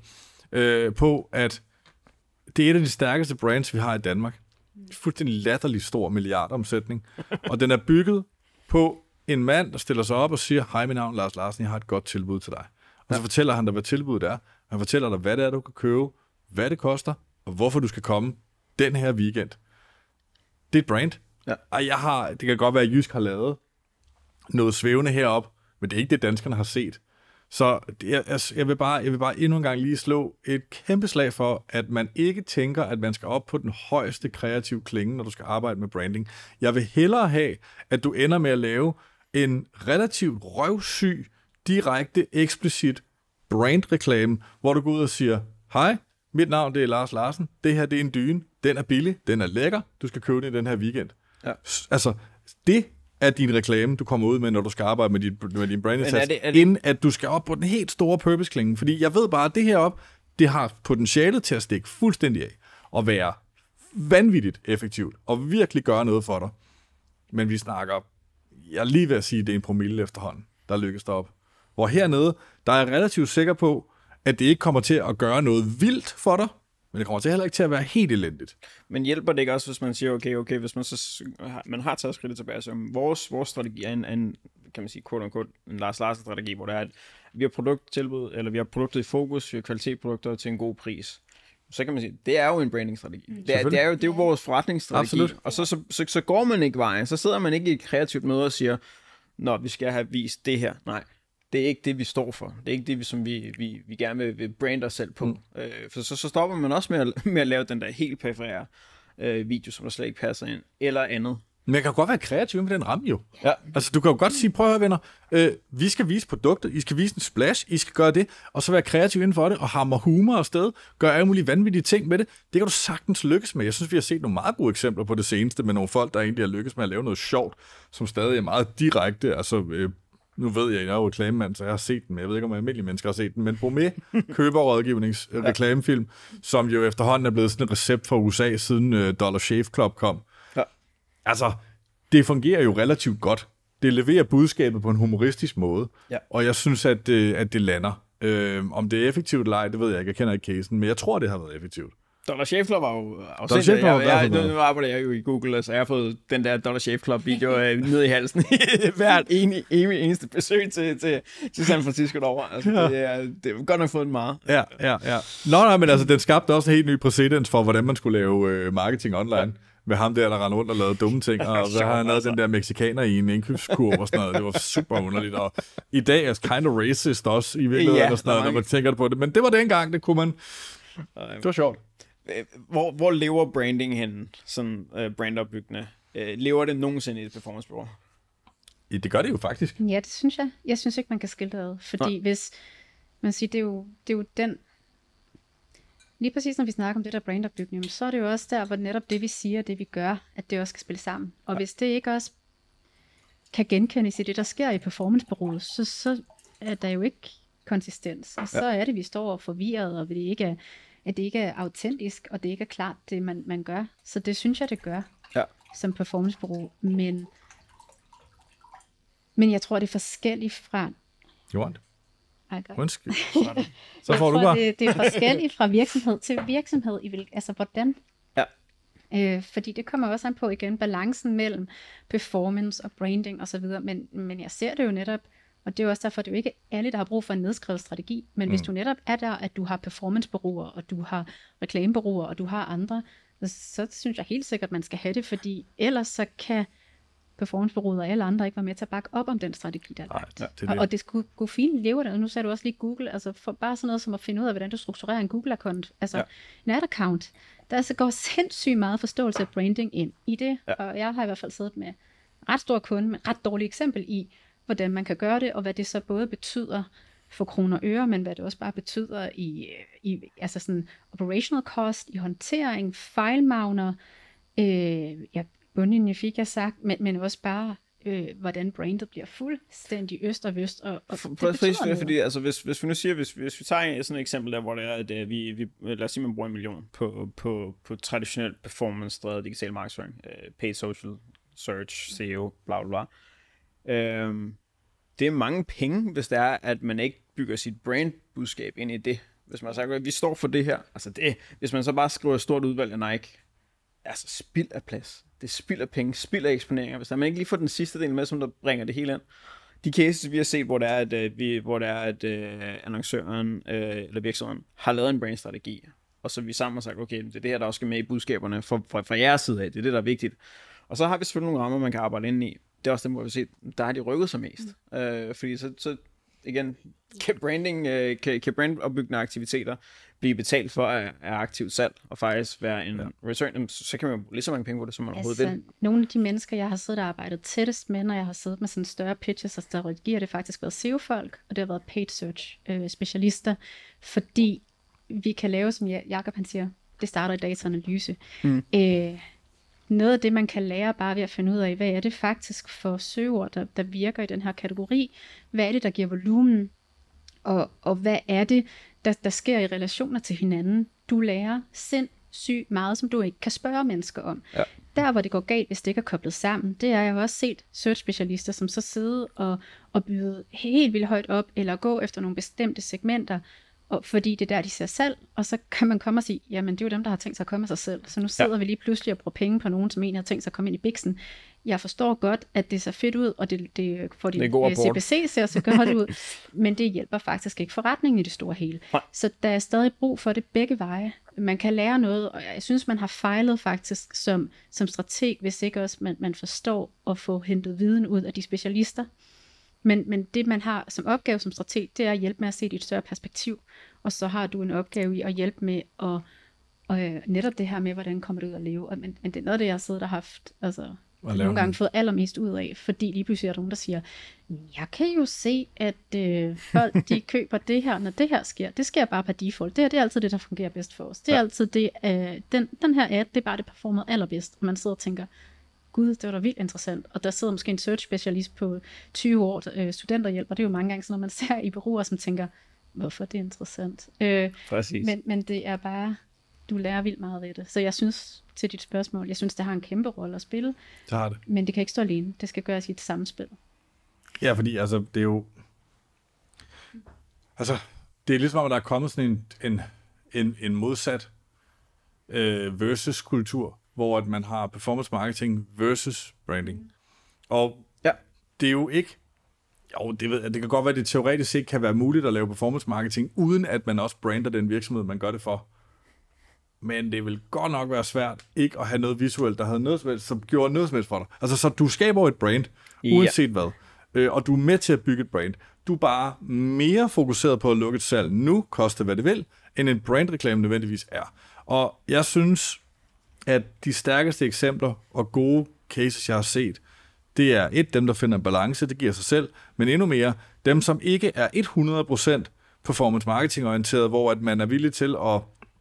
på, at det er et af de stærkeste brands, vi har i Danmark. Fuldstændig latterlig stor milliardomsætning. Og den er bygget på en mand, der stiller sig op og siger, hej, mit navn er Lars Larsen, jeg har et godt tilbud til dig. Og så fortæller han dig, hvad tilbuddet er. Han fortæller dig, hvad det er, du kan købe, hvad det koster, og hvorfor du skal komme den her weekend. Det er et brand. Ja. Og det kan godt være, at Jysk har lavet noget svævende herop, men det er ikke det, danskerne har set. Så jeg vil bare endnu en gang lige slå et kæmpe slag for, at man ikke tænker, at man skal op på den højeste kreative klinge, når du skal arbejde med branding. Jeg vil hellere have, at du ender med at lave en relativt røvsyg, direkte, eksplicit brandreklame, hvor du går ud og siger, hej, mit navn det er Lars Larsen, det her det er en dyne, den er billig, den er lækker, du skal købe den i den her weekend. Ja. Altså, det er din reklame, du kommer ud med, når du skal arbejde med din brandindsats, inden at du skal op på den helt store purpose-klinge. Fordi jeg ved bare, at det heroppe, det har potentialet til at stikke fuldstændig af, og være vanvittigt effektivt, og virkelig gøre noget for dig. Men vi snakker, jeg er lige ved at sige, at det er en promille efterhånden, der lykkes derop. Hvor hernede, der er jeg relativt sikker på, at det ikke kommer til at gøre noget vildt for dig, men det kommer til heller ikke til at være helt elendigt. Men hjælper det ikke også, hvis man siger, okay, hvis man har taget skridtet tilbage, så vores strategi er en kan man sige, quote-unquote, en Lars Larsen-strategi, hvor det er, at vi har produkttilbud, eller vi har produktet i fokus, vi har kvalitetsprodukter til en god pris. Så kan man sige, det er jo en branding-strategi. Det er jo vores forretningsstrategi. Absolut. Og så går man ikke vejen, så sidder man ikke i et kreativt møde og siger, nå, vi skal have vist det her. Nej. Det er ikke det, vi står for. Det er ikke det, som vi gerne vil brande os selv på. For så stopper man også med at lave den der helt perifære video, som der slet ikke passer ind, eller andet. Men jeg kan jo godt være kreativ med den ramme jo. Ja. Altså, du kan jo godt sige, prøv at høre, venner, vi skal vise produktet, I skal vise en splash, I skal gøre det, og så være kreativ inden for det, og hamre humor afsted, gøre alle mulige vanvittige ting med det. Det kan du sagtens lykkes med. Jeg synes, vi har set nogle meget gode eksempler på det seneste, med nogle folk, der egentlig har lykkes med at lave noget sjovt, som stadig er meget direkte, altså nu ved jeg er jo reklamemand, så jeg har set den, men jeg ved ikke, om almindelige mennesker har set den, men Bromet køberrådgivnings reklamefilm, som jo efterhånden er blevet sådan et recept fra USA, siden Dollar Shave Club kom. Ja. Altså, det fungerer jo relativt godt. det leverer budskabet på en humoristisk måde, og jeg synes, at det lander. Om det er effektivt eller ej, det ved jeg ikke. Jeg kender ikke casen, men jeg tror, det har været effektivt. Dollar Shave Club var jo afsendt. Nu arbejder jeg jo i Google, så jeg har fået den der Dollar Shave Club video ned i halsen hvert eneste besøg til San Francisco derovre. Altså, det er godt nok fået den meget. Ja. Nå, men altså, den skabte også en helt ny præcedens for, hvordan man skulle lave marketing online. Med ham der rendte rundt og lavede dumme ting, og så har han lavet den der mexikaner i en indkøbskurv og sådan noget. Det var super underligt, og i dag er kind of racist også, i virkeligheden, og sådan noget, når man tænker på det. Men det var dengang, det kunne man... Det var sjovt. Hvor lever branding henne, sådan brandopbyggende? Lever det nogensinde i et performancebureau? Ja, det gør det jo faktisk. Ja, det synes jeg. Jeg synes ikke, man kan skille det ad, fordi hvis man siger, det er jo den... Lige præcis når vi snakker om det der brandopbygning, så er det jo også der, hvor netop det vi siger, det vi gør, at det også skal spille sammen. Og hvis det ikke også kan genkendes i det, der sker i performancebureauet, så er der jo ikke konsistens. Og så er det, vi står forvirret, og at det ikke er autentisk, og det ikke er klart, det man gør. Så det synes jeg, det gør som performancebureau. Men jeg tror, det er forskelligt fra... Undskyld. Så får du bare. Det er forskelligt fra virksomhed til virksomhed. Altså, hvordan? Ja. Fordi det kommer også an på igen, balancen mellem performance og branding osv. Men jeg ser det jo netop, og det er jo også derfor, det er jo ikke alle, der har brug for en nedskrevet strategi. Men hvis du netop er der, at du har performancebureauer, og du har reklamebureauer, og du har andre, så synes jeg helt sikkert, man skal have det, fordi ellers så kan performancebureauet og alle andre ikke var med til at bakke op om den strategi, der er lagt. Og det skulle gå fint leve der. Nu sagde du også lige Google, altså for bare sådan noget som at finde ud af, hvordan du strukturerer en Google-account, altså en ad-account. Der altså går sindssygt meget forståelse af branding ind i det, og jeg har i hvert fald siddet med ret stor kunde, med ret dårligt eksempel i, hvordan man kan gøre det, og hvad det så både betyder for kroner og øre, men hvad det også bare betyder i altså sådan operational cost, i håndtering, fejlmagner, bundlinje fik jeg sagt, men også bare, hvordan brandet bliver fuldstændig øst og vest. Fordi altså, hvis vi nu siger, hvis vi tager sådan et eksempel der, hvor det er, at vi lad os sige, man bruger 1 million på traditionel performance-drevet digital markedsføring, paid social, search, SEO, bla bla bla. Det er mange penge, hvis det er, at man ikke bygger sit brandbudskab ind i det. Hvis man siger, at vi står for det her, altså det, hvis man så bare skriver et stort udvalg af Nike, altså spild af plads. Det spilder penge, spild af eksponeringer. Hvis man ikke lige får den sidste del med, som der bringer det hele ind. De cases, vi har set, hvor det er, at annoncøren eller virksomheden har lavet en brandstrategi, og så vi sammen har sagt, okay, det er det her, der også skal med i budskaberne fra jeres side af. Det er det, der er vigtigt. Og så har vi selvfølgelig nogle rammer, man kan arbejde ind i. Det er også dem, hvor vi ser, der har de rykket sig mest. Fordi så igen, kan brandopbyggende aktiviteter blive betalt for at aktivt salg, og faktisk være en return, så kan man jo lige så mange penge på det, som man overhovedet vil. Nogle af de mennesker, jeg har siddet og arbejdet tættest med, når jeg har siddet med sådan større pitches og strategier, det har faktisk været SEO-folk, og det har været paid search specialister, fordi vi kan lave, som Jakob han siger, det starter i dataanalyse. Noget af det, man kan lære bare ved at finde ud af, hvad er det faktisk for søgeord, der virker i den her kategori? Hvad er det, der giver volumen? Og hvad er det, der sker i relationer til hinanden? Du lærer sindssygt meget, som du ikke kan spørge mennesker om. Ja. Der, hvor det går galt, hvis det ikke er koblet sammen, det er jeg jo også set search-specialister, som så sidder og byde helt vildt højt op, eller gå efter nogle bestemte segmenter, og fordi det er der, de ser salg, og så kan man komme og sige, jamen det er jo dem, der har tænkt sig at komme af sig selv. Så nu sidder vi lige pludselig og bruger penge på nogen, som egentlig har tænkt sig at komme ind i biksen. Jeg forstår godt, at det ser fedt ud, og det får de CPC ser så godt ud, men det hjælper faktisk ikke forretningen i det store hele. Nej. Så der er stadig brug for det begge veje. Man kan lære noget, og jeg synes, man har fejlet faktisk som strateg, hvis ikke også man forstår at få hentet viden ud af de specialister. Men det, man har som opgave som strateg, det er at hjælpe med at se det i et større perspektiv. Og så har du en opgave i at hjælpe med at netop det her med, hvordan kommer det ud at leve. Men det er noget af det, jeg har siddet og haft, altså nogle gange fået allermest ud af, fordi lige pludselig er der nogen, der siger, jeg kan jo se, at folk de køber det her, når det her sker. Det sker bare per default. Det er altid det, der fungerer bedst for os. Det er altid det, den her ad, det er bare det performer allerbedst. Og man sidder og tænker, gud, det var da vildt interessant. Og der sidder måske en search-specialist på 20 år, studenterhjælper. Det er jo mange gange sådan, når man ser i bureauer, som tænker, hvorfor det er interessant. Men det er bare, du lærer vildt meget ved det. Så jeg synes, til dit spørgsmål, jeg synes, det har en kæmpe rolle at spille. Det har det. Men det kan ikke stå alene. Det skal gøres i et samspil. Ja, fordi altså, det er jo... Altså, det er ligesom om, at der er kommet sådan en modsat versus-kultur, hvor at man har performance marketing versus branding. Og det er jo ikke... Jo, det kan godt være, at det teoretisk set kan være muligt at lave performance marketing, uden at man også brander den virksomhed, man gør det for. Men det vil godt nok være svært ikke at have noget visuelt, der havde noget som helst, som gjorde noget som helst for dig. Altså, så du skaber et brand, uanset hvad. Og du er med til at bygge et brand. Du er bare mere fokuseret på at lukke et salg nu, koste hvad det vil, end en brandreklame nødvendigvis er. Og jeg synes, at de stærkeste eksempler og gode cases, jeg har set, det er dem, der finder en balance, det giver sig selv, men endnu mere, dem, som ikke er 100% performance marketing orienteret, hvor at man er villig til at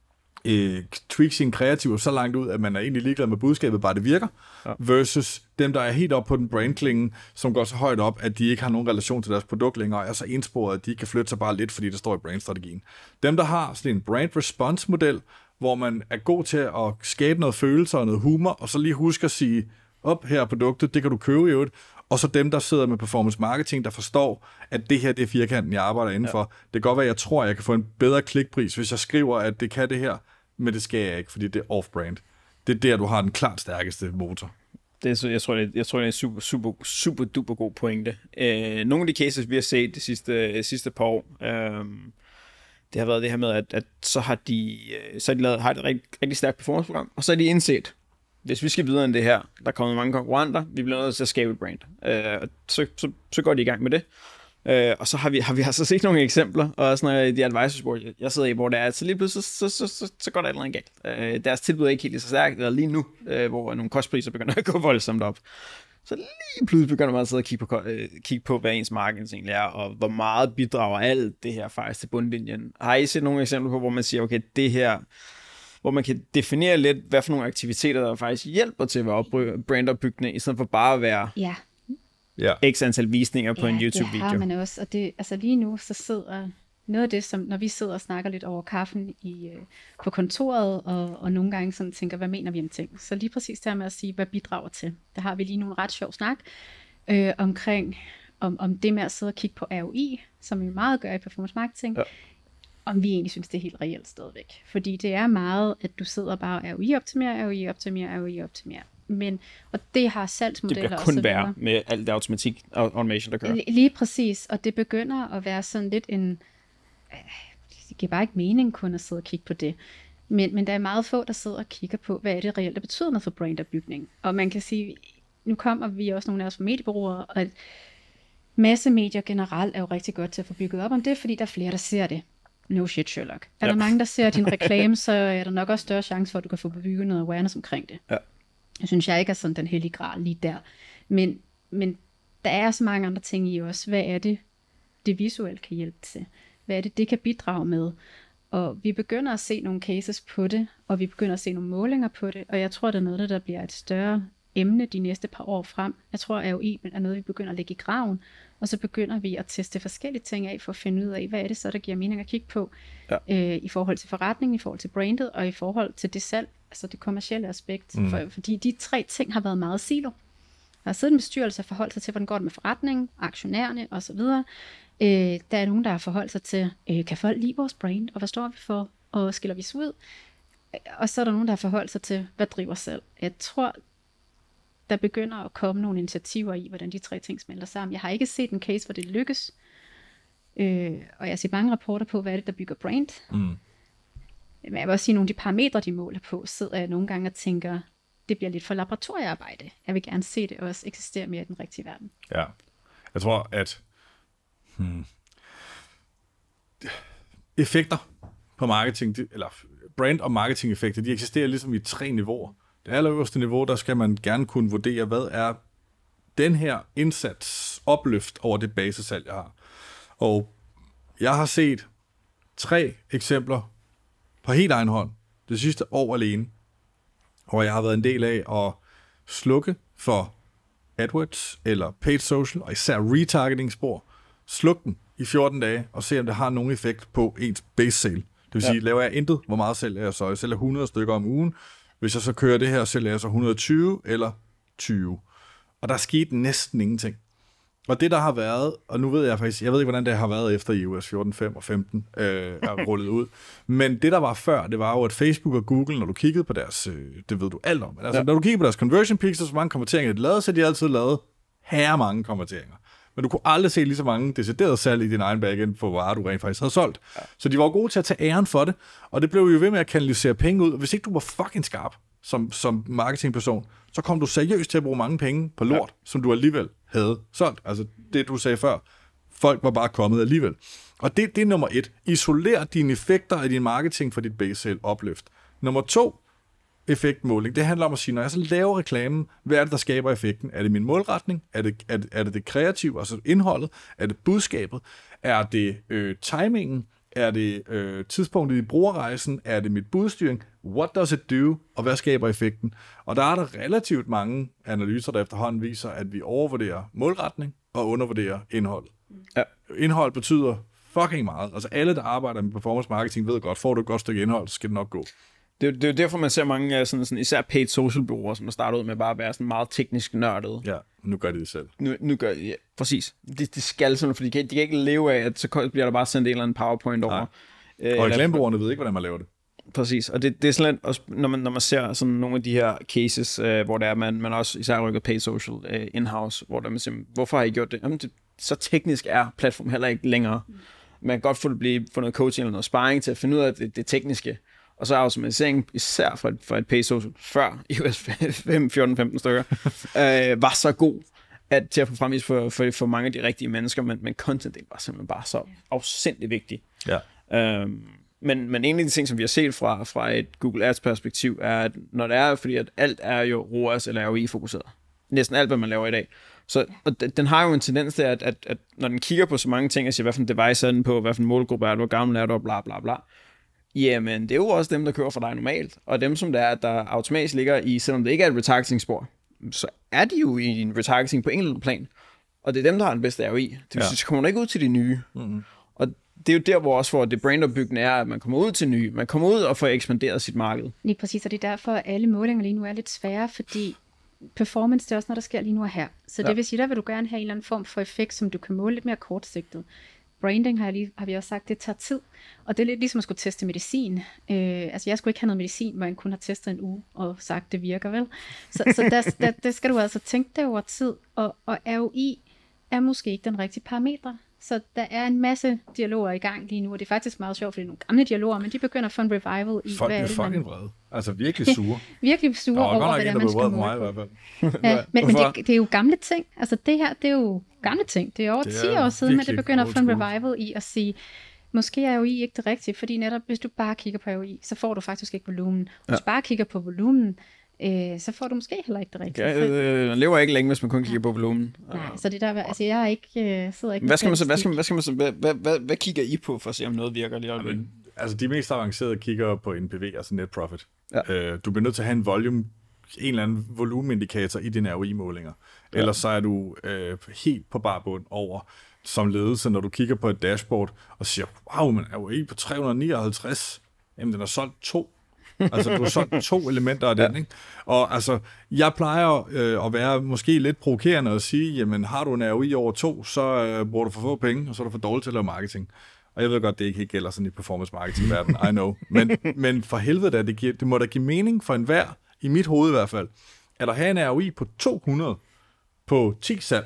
tweak sin kreativ så langt ud, at man er egentlig ligeglad med budskabet, bare det virker, versus dem, der er helt op på den brandklingen, som går så højt op, at de ikke har nogen relation til deres produkt længere, og er så ensporet, at de kan flytte sig bare lidt, fordi der står i brandstrategien. Dem, der har sådan en brand response model, hvor man er god til at skabe noget følelse og noget humor, og så lige huske at sige, her er produktet, det kan du købe i øvrigt, og så dem, der sidder med performance marketing, der forstår, at det her, det er firkanten, jeg arbejder indenfor. Det kan godt være, at jeg tror, at jeg kan få en bedre klikpris, hvis jeg skriver, at det kan det her, men det skal jeg ikke, fordi det er off-brand. Det er der, du har den klart stærkeste motor. Jeg tror, det er en super duper god pointe. Nogle af de cases, vi har set de sidste par år, det har været det her med, at så har de har et rigtig stærkt performanceprogram, og så har de indset, hvis vi skal videre end det her, der er kommet mange konkurrenter, vi bliver nødt til at skabe et brand. Og så går de i gang med det. Og så har vi altså set nogle eksempler, og også når de advisorsboard, jeg sidder i, hvor det er, så lige pludselig, så går der et eller andet galt. Deres tilbud er ikke helt så stærkt, eller lige nu, hvor nogle kostpriser begynder at gå voldsomt op. Så lige pludselig begynder man at sidde og kigge på, hvad ens marketing egentlig er, og hvor meget bidrager alt det her faktisk til bundlinjen. Har I set nogle eksempler på, hvor man siger, okay, det her, hvor man kan definere lidt, hvad for nogle aktiviteter, der faktisk hjælper til at være brandopbyggende, i stedet for bare at være x antal visninger på en YouTube-video. Ja, det har man også, og det, altså lige nu, så sidder noget af det, som når vi sidder og snakker lidt over kaffen på kontoret, og nogle gange sådan tænker, hvad mener vi om ting? Så lige præcis det her med at sige, hvad bidrager til. Der har vi lige nu en ret sjov snak omkring, om det med at sidde og kigge på ROI, som vi meget gør i performance marketing, om vi egentlig synes, det er helt reelt stadigvæk. Fordi det er meget, at du sidder bare og ROI-optimerer. Og det har salgsmodeller det bliver kun værre med alt det automation, der kører. Lige præcis, og det begynder at være sådan lidt det giver bare ikke mening kun at sidde og kigge på det. Men der er meget få, der sidder og kigger på, hvad er det reelt, der betyder noget for brandopbygning. Og man kan sige, nu kommer vi også nogle af os fra mediebureauer, og at massemedier generelt er jo rigtig godt til at få bygget op om det, fordi der er flere, der ser det. No shit, Sherlock. Er der mange, der ser din reklame, så er der nok også større chance for, at du kan få bygget noget awareness omkring det. Ja. Jeg synes, jeg ikke er sådan den hellige gral lige der. Men der er så mange andre ting i os. Hvad er det visuelt kan hjælpe til? Hvad er det kan bidrage med? Og vi begynder at se nogle cases på det, og vi begynder at se nogle målinger på det, og jeg tror, det er noget, der bliver et større emne de næste par år frem. Jeg tror, at ROI er noget, vi begynder at lægge i graven, og så begynder vi at teste forskellige ting af, for at finde ud af, hvad er det så, der giver mening at kigge på, i forhold til forretningen, i forhold til brandet, og i forhold til det salg, altså det kommercielle aspekt. Fordi de tre ting har været meget silo. Der har siddet en bestyrelse og forholdt sig til, hvordan går det med forretningen, aktionærerne osv. Der er nogen, der har forholdt sig til, kan folk lide vores brand, og hvad står vi for, og skiller vi os ud? Og så er der nogen, der har forholdt sig til, hvad driver salg. Jeg tror, der begynder at komme nogle initiativer i, hvordan de tre ting smelter sammen. Jeg har ikke set en case, hvor det lykkes, og jeg ser mange rapporter på, hvad er det, der bygger brand. Men jeg vil også sige, at nogle af de parametre, de måler på, sidder jeg nogle gange og tænker, det bliver lidt for laboratoriearbejde. Jeg vil gerne se det også eksistere mere i den rigtige verden. Ja, jeg tror, at effekter på marketing, eller brand- og marketing-effekter, de eksisterer ligesom i 3 niveauer. Det allerøverste niveau, der skal man gerne kunne vurdere, hvad er den her indsats opløft over det basissalg, jeg har. Og jeg har set 3 eksempler på helt egen hånd det sidste år alene, hvor jeg har været en del af at slukke for AdWords eller paid social, og især retargeting-spor. Sluk den i 14 dage og se, om det har nogen effekt på ens base sale. Det vil sige, laver jeg intet, hvor meget sælger jeg så? Jeg sælger 100 stykker om ugen. Hvis jeg så kører det her, sælger jeg så 120 eller 20. Og der skete næsten ingenting. Og det, der har været, og nu ved jeg faktisk, jeg ved ikke, hvordan det har været efter iOS 14, 5 og 15 er rullet ud, men det, der var før, det var jo, at Facebook og Google, når du kiggede på deres, det ved du alt om, altså når du kiggede på deres conversion pixels, så mange konverteringer de lavede, så de altid lavet mange konverteringer. Men du kunne aldrig se lige så mange deciderede salg i din egen backend på varer, du rent faktisk havde solgt. Ja. Så de var gode til at tage æren for det, og det blev jo ved med at kanalisere penge ud, og hvis ikke du var fucking skarp som marketingperson, så kom du seriøst til at bruge mange penge på lort, som du alligevel havde solgt. Altså det, du sagde før. Folk var bare kommet alligevel. Og det er nummer 1. Isoler dine effekter af din marketing for dit base sale opløft. Nummer 2, effektmåling. Det handler om at sige, når jeg så laver reklamen, hvad er det, der skaber effekten? Er det min målretning? Er det kreative, altså indholdet? Er det budskabet? Er det timingen? Er det tidspunktet i brugerrejsen? Er det mit budstyring? What does it do? Og hvad skaber effekten? Og der er der relativt mange analyser, der efterhånden viser, at vi overvurderer målretning og undervurderer indholdet. Ja. Indhold betyder fucking meget. Altså alle, der arbejder med performance marketing, ved godt, får du et godt stykke indhold, så skal det nok gå. Det er jo derfor, man ser mange af sådan især paid social bureauer, som der starter ud med bare at være sådan meget teknisk nørdet. Ja, nu gør de det selv. Nu gør de, ja, præcis. De skal sådan, for de kan ikke leve af, at så bliver der bare sendt en eller anden PowerPoint over. Og reklamebureauerne ved ikke, hvordan man laver det. Præcis, og det er sådan lidt, når man ser sådan nogle af de her cases, hvor der er, man også især rykker paid social in-house, hvor der man siger, hvorfor har I gjort det? Jamen, så teknisk er platformen heller ikke længere. Man kan godt få noget coaching eller noget sparring til at finde ud af det tekniske. Og så automatiseringen, især for et paid social, før iOS 5, 14, 15 stykker, var så god til at få fremvist for mange af de rigtige mennesker, men content var simpelthen bare så afsindigt vigtig. Ja. Men en af de ting, som vi har set fra et Google Ads perspektiv, er, at når det er, fordi at alt er jo ROAS eller ROI-fokuseret. Næsten alt, hvad man laver i dag. Så og den har jo en tendens til, at når den kigger på så mange ting, og siger, hvad for en device er den på, hvad for en målgruppe er det, hvor gammel er du, og bla bla bla. Jamen, det er jo også dem, der kører for dig normalt. Og dem, som der automatisk ligger i, selvom det ikke er et retargeting-spor, så er de jo i en retargeting på en eller anden plan. Og det er dem, der har den bedste ROI. Det vil sige, så kommer man ikke ud til de nye. Mm-hmm. Og det er jo der, hvor også for det brandopbyggende er, at man kommer ud til nye. Man kommer ud og får ekspanderet sit marked. Lige præcis, og det er derfor, at alle målinger lige nu er lidt svære, fordi performance, det er også noget, der sker lige nu og her. Så det vil sige, der vil du gerne have en eller anden form for effekt, som du kan måle lidt mere kortsigtet. Branding har vi også sagt, det tager tid, og det er lidt ligesom at skulle teste medicin. Altså jeg skulle ikke have noget medicin, hvor jeg kun har testet en uge og sagt, det virker vel. Så der skal du altså tænke det over tid, og ROI er måske ikke den rigtige parametre. Så der er en masse dialoger i gang lige nu, og det er faktisk meget sjovt, fordi det er nogle gamle dialoger, men de begynder at få en revival i, folk er fucking vrede. Altså virkelig sure. Virkelig sure over, hvad der man skal måle. Men det er jo gamle ting. Altså det her, det er jo gamle ting. Det er over 10 år siden, men det begynder at få en revival i at sige, måske er ROI ikke det rigtige, fordi netop hvis du bare kigger på ROI, så får du faktisk ikke volumen. Hvis du bare kigger på volumen, så får du måske heller ikke det rigtige. Man lever ikke længe, hvis man kun kigger på volumen. Nej, så det der, altså jeg er ikke, sidder ikke... Hvad kigger I på for at se, om noget virker lige øjeblikket? Altså de mest avancerede kigger på NPV, altså net profit. Ja. Du bliver nødt til at have en volume, en eller anden volumenindikator i dine ROI-målinger. Ja. Ellers så er du helt på bar bund over som ledelse, når du kigger på et dashboard og siger, wow, men ROI på 359, jamen den har solgt 2. Altså, du har solgt 2 elementer af den, ikke? Og altså, jeg plejer at være måske lidt provokerende og sige, jamen, har du en ROI over 2, så bruger du for få penge, og så er du for dårlig til at lave marketing. Og jeg ved godt, det ikke helt gælder sådan i performance marketing-verden, I know. Men for helvede, det må da give mening for enhver, i mit hoved i hvert fald, at at have en ROI på 200 på 10 salg,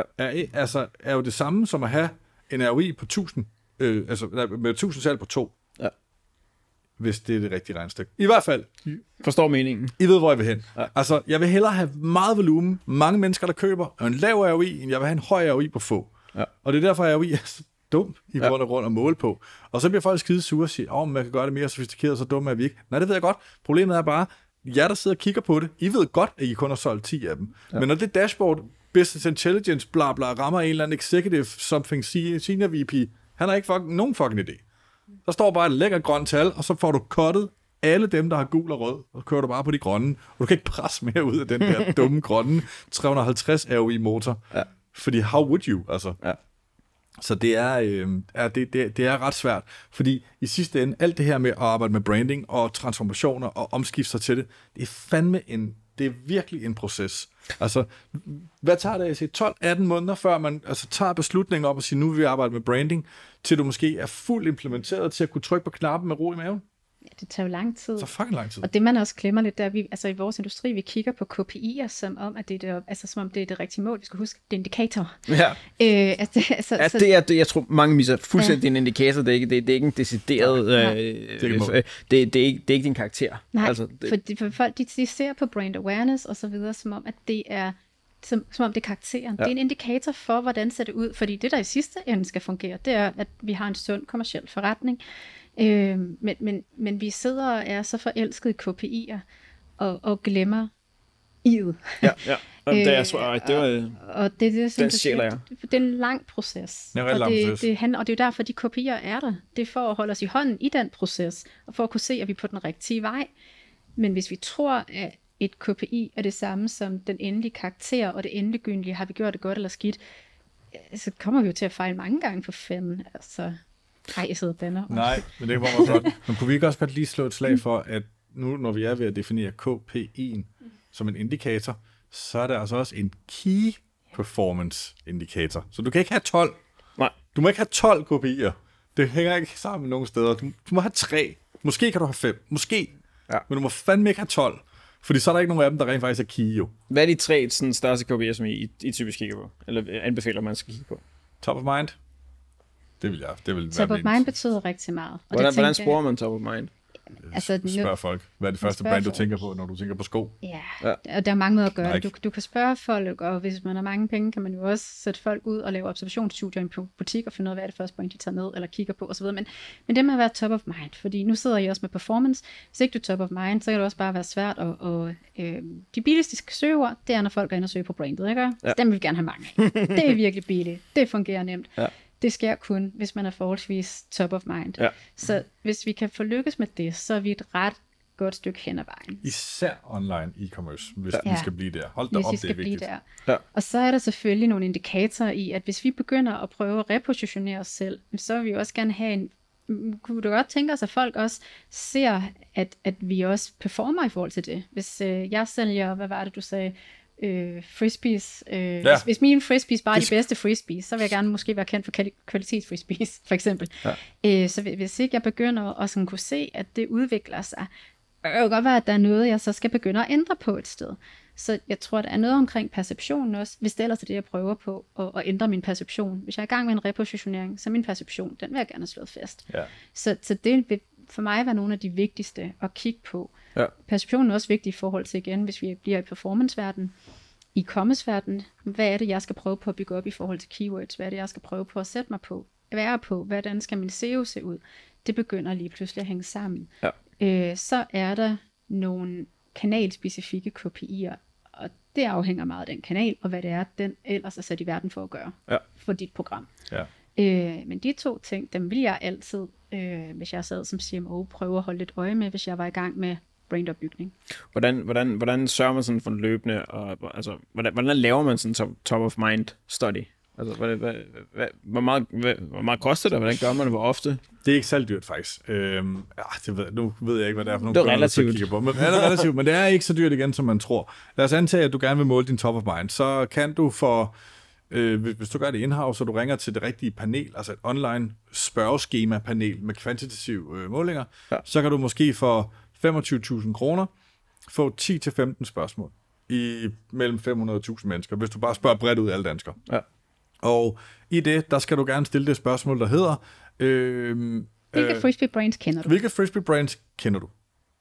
er jo det samme som at have en ROI på 1000, med 1000 salg på 2. Ja. Hvis det er det rigtige regnestykke. I hvert fald. Forstår meningen. I ved, hvor jeg vil hen. Ja. Altså, jeg vil hellere have meget volumen, mange mennesker, der køber, og en lav ROI, end jeg vil have en høj ROI på få. Ja. Og det er derfor, at ROI er så dum i grund og grund at måle på. Og så bliver folk skide sure og siger, man kan gøre det mere sofistikeret, så dumme er vi ikke. Nej, det ved jeg godt. Problemet er bare, jer, der sidder og kigger på det, I ved godt, at I kun har solgt 10 af dem. Ja. Men når det dashboard, business intelligence, bla bla, rammer en eller anden executive, something senior VP, han har ikke nogen fucking idé. Der står bare et lækkert grønt tal, og så får du cuttet alle dem, der har gul og rød, og så kører du bare på de grønne, og du kan ikke presse mere ud af den der dumme grønne 350 ROI-motor. Ja. Fordi how would you, altså? Ja. Så det er ret svært, fordi i sidste ende, alt det her med at arbejde med branding og transformationer og omskifte sig til det, det er fandme det er virkelig en proces. Altså, hvad tager det, jeg siger, 12-18 måneder, før man altså, tager beslutningen om at sige, nu vil vi arbejde med branding, til du måske er fuldt implementeret til at kunne trykke på knappen med ro i maven? Ja, det tager jo lang tid. Så fucking lang tid. Og det man også glemmer lidt, der vi, altså i vores industri, vi kigger på KPI'er, som om, at det er det rigtige mål. Vi skal huske, det er indikator. Ja. Det er, jeg tror, mange misser fuldstændig en indikator. Det er ikke en decideret... Det er ikke din karakter. Nej, altså, for folk, de ser på brand awareness og så videre, som om, at det er som om det er karakteren. Ja. Det er en indikator for, hvordan ser det ud. Fordi det, der i sidste ende skal fungere, det er, at vi har en sund kommerciel forretning. Men vi sidder og er så forelskede i KPI'er og glemmer i'et. Ja. Det tror jeg, det var og det som den sjæler jeg. Det er en lang proces. Det er en lang proces. Og det er jo derfor, de KPI'er er der. Det er for at holde os i hånden i den proces, og for at kunne se, at vi er på den rigtige vej. Men hvis vi tror, at et KPI er det samme som den endelige karakter, og det endegyldige, har vi gjort det godt eller skidt, så kommer vi jo til at fejle mange gange på 5. Altså... Ej, jeg sidder og banner. Nej, men det var godt. Men kunne vi ikke også godt lige slå et slag for, at nu, når vi er ved at definere KPI'en som en indikator, så er der altså også en Key Performance indikator. Så du kan ikke have 12. Nej. Du må ikke have 12 KPI'er. Det hænger ikke sammen nogen steder. Du må have 3. Måske kan du have 5. Måske. Ja. Men du må fandme ikke have 12. Fordi så er der ikke nogen af dem, der rent faktisk er key, jo. Hvad er de 3 sådan, største KPI'er, som I typisk kigger på? Eller anbefaler, man skal kigge på? Top of mind? Det vil være top of mind betyder rigtig meget. Og hvordan sporer man top of mind? Altså, spørg folk. Hvad er det første brand, du tænker på, når du tænker på sko? Ja, og der er mange måder at gøre det. Du kan spørge folk, og hvis man har mange penge, kan man jo også sætte folk ud og lave observationsstudier i en butik og finde ud af, hvad er det første brand, de tager ned eller kigger på osv. Men det med at være top of mind, fordi nu sidder I også med performance. Hvis ikke du er top of mind, så kan det også bare være svært. Og de billigste søgeord, det er, når folk går ind og søger på brandet, ikke? Ja. Dem vil vi gerne have mange af. Det er virkelig billigt. Det fungerer nemt. Ja. Det sker kun, hvis man er forholdsvis top of mind. Ja. Så hvis vi kan få lykkes med det, så er vi et ret godt stykke hen ad vejen. Især online e-commerce, hvis vi skal blive der. Hold da op, det er vigtigt. Ja. Og så er der selvfølgelig nogle indikatorer i, at hvis vi begynder at prøve at repositionere os selv, så vil vi også gerne have en... Kunne du godt tænke os, at folk også ser, at vi også performer i forhold til det? Hvis jeg sælger, hvad var det, du sagde... frisbees. Hvis mine frisbees bare er de bedste frisbees, så vil jeg gerne måske være kendt for kvalitetsfrisbees, for eksempel. Ja. Så hvis ikke jeg begynder at sådan kunne se, at det udvikler sig, det kan godt være, at der er noget, jeg så skal begynde at ændre på et sted. Så jeg tror, der er noget omkring perceptionen også, hvis det ellers er det, jeg prøver på, at ændre min perception. Hvis jeg er i gang med en repositionering, så min perception, den vil jeg gerne have slået fast. Ja. Så det vil for mig være nogle af de vigtigste at kigge på. Ja. Perceptionen er også vigtig i forhold til, igen, hvis vi bliver i performance-verdenen, i commerce-verdenen, hvad er det, jeg skal prøve på at bygge op i forhold til keywords? Hvad er det, jeg skal prøve på at sætte mig på? Være på? Hvordan skal min SEO se ud? Det begynder lige pludselig at hænge sammen. Ja. Så er der nogle kanalspecifikke KPI'er, og det afhænger meget af den kanal, og hvad det er, den ellers er sat i verden for at gøre for dit program. Ja. Men de 2 ting, dem vil jeg altid, hvis jeg sad som CMO, prøve at holde lidt øje med, hvis jeg var i gang med brandopbygning. Hvordan sørger man sådan for en løbende, og altså, hvordan laver man sådan en top of mind study? Altså, hvor meget koster det, hvordan gør man det, hvor ofte? Det er ikke særlig dyrt, faktisk. Nu ved jeg ikke, hvad det er for nogle kunder, der kigger på. Men det er relativt, men det er ikke så dyrt igen, som man tror. Lad os antage, at du gerne vil måle din top of mind. Så kan du for... hvis du gør det in-house, så du ringer til det rigtige panel, altså et online spørgeskema-panel med kvantitative målinger, så kan du måske for 25.000 kroner få 10-15 spørgsmål i mellem 500.000 mennesker, hvis du bare spørger bredt ud af alle danskere. Ja. Og i det, der skal du gerne stille det spørgsmål, der hedder... hvilke frisbee brands kender du? Hvilke frisbee brands kender du?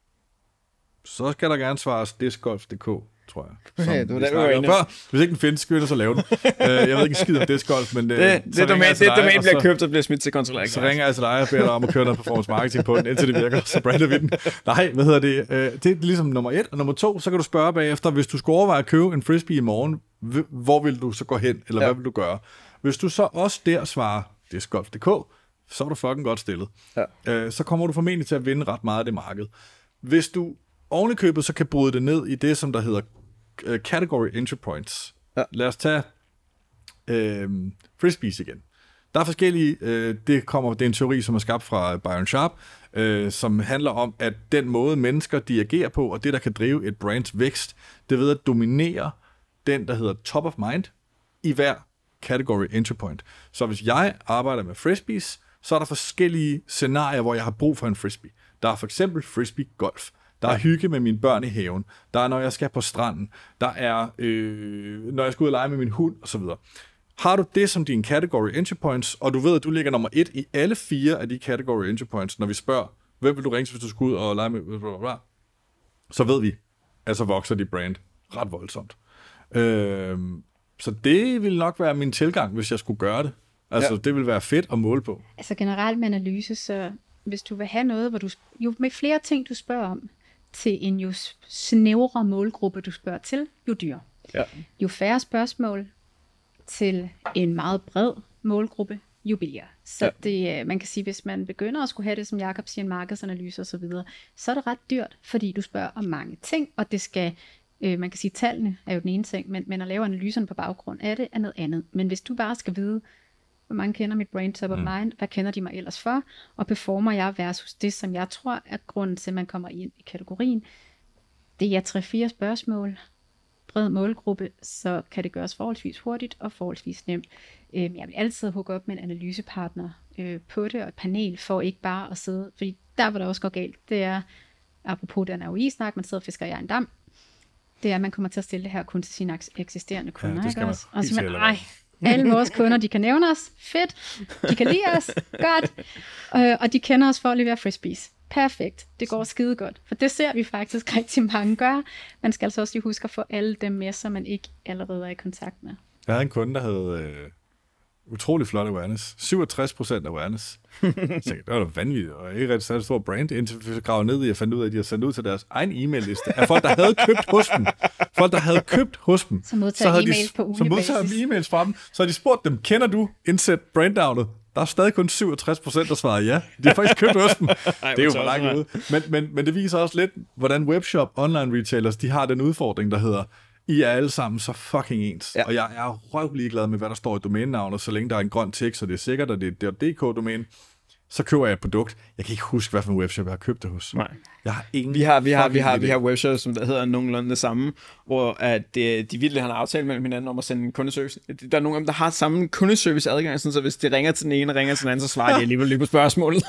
Så skal der gerne svares discgolf.dk, tror jeg. Ja, det var hvis ikke den findes, skal vi så lave den. Jeg ved ikke skid om discgolf, men det domæne bliver købt og bliver smidt til kontrollering. Så ringer jeg til dig og beder dig om at køre noget performance marketing på den, indtil det virker, så brander vi den. Nej, hvad hedder det? Det er ligesom nummer 1. Og nummer 2, så kan du spørge bagefter, hvis du skulle overveje at købe en frisbee i morgen, hvor vil du så gå hen, eller hvad vil du gøre? Hvis du så også der svarer discgolf.dk, så er du fucking godt stillet. Ja. Så kommer du formentlig til at vinde ret meget af det marked. Hvis du ovenikøbet så kan bryde det ned i det, som der hedder category entry points. Ja. Lad os tage frisbees igen. Der er forskellige, det er en teori, som er skabt fra Byron Sharp, som handler om, at den måde, mennesker de agerer på, og det, der kan drive et brands vækst, det er ved at dominere den, der hedder top of mind, i hver category entry point. Så hvis jeg arbejder med frisbees, så er der forskellige scenarier, hvor jeg har brug for en frisbee. Der er for eksempel frisbee golf. Der er hygge med mine børn i haven. Der er, når jeg skal på stranden. Der er, når jeg skal ud og lege med min hund, osv. Har du det som dine category entry points, og du ved, at du ligger nummer 1 i alle 4 af de category entry points, når vi spørger, hvem vil du ringe, hvis du skal ud og lege med, blablabla, så ved vi, at så vokser dit brand ret voldsomt. Så det vil nok være min tilgang, hvis jeg skulle gøre det. Altså, det vil være fedt at måle på. Altså generelt med analyse, så hvis du vil have noget, hvor du jo med flere ting, du spørger om, til en jo snævrere målgruppe, du spørger til, jo dyrere. Ja. Jo færre spørgsmål til en meget bred målgruppe, jo billigere. Så det, man kan sige, hvis man begynder at skulle have det, som Jakob siger, en markedsanalyse og så videre, så er det ret dyrt, fordi du spørger om mange ting, og det skal, man kan sige, tallene er jo den ene ting, men at lave analyserne på baggrund af det er noget andet. Men hvis du bare skal vide, hvor mange kender mit brain top of mind, hvad kender de mig ellers for, og performer jeg versus det, som jeg tror er grunden til, at man kommer ind i kategorien. Det er 3-4 spørgsmål, bred målgruppe, så kan det gøres forholdsvis hurtigt og forholdsvis nemt. Jeg vil altid hugge op med en analysepartner på det, og et panel for ikke bare at sidde, fordi der hvor der også går galt, det er, apropos den ROI-snak, man sidder og fisker i en dam, det er, at man kommer til at stille det her kun til sine eksisterende kunder. Ja, det skal man og så man, alle vores kunder, de kan nævne os, fedt, de kan lide os, godt, og de kender os for at levere frisbees. Perfekt, det går skide godt, for det ser vi faktisk rigtig mange gøre. Man skal altså også lige huske at få alle dem med, som man ikke allerede er i kontakt med. Jeg havde en kunde, der havde utrolig flot awareness. 67% awareness. Så det var da vanvittigt, og ikke rigtig særlig stor brand, indtil vi gravede ned i og fandt ud af, at de havde sendt ud til deres egen e-mail-liste af folk, der havde købt hos dem. Folk, der havde købt hos dem. Så modtager e-mails på ugentlig basis. Så modtager e-mails fra dem. Så har de spurgt dem, kender du indsæt brandnavnet? Der er stadig kun 67%, der svarer ja. De har faktisk købt hos dem. Det er jo for langt ude. Men det viser også lidt, hvordan webshop, online retailers, de har den udfordring, der hedder, I er alle sammen så fucking ens. Ja. Og jeg er røvlig glad med, hvad der står i domænenavnet, så længe der er en grøn tekst, så det er sikkert, at det er .dk-domæne. Så køber jeg et produkt. Jeg kan ikke huske, hvad for en webshop jeg har købt det hos. Nej. Jeg har ingen vi har webshops, som der hedder nogenlunde det samme, hvor at de virkelig har en aftale mellem hinanden om at sende en kundeservice. Der er nogle af dem, der har samme kundeservice adgang, så hvis de ringer til den ene og ringer til den anden, så svarer de alligevel lige på spørgsmålet.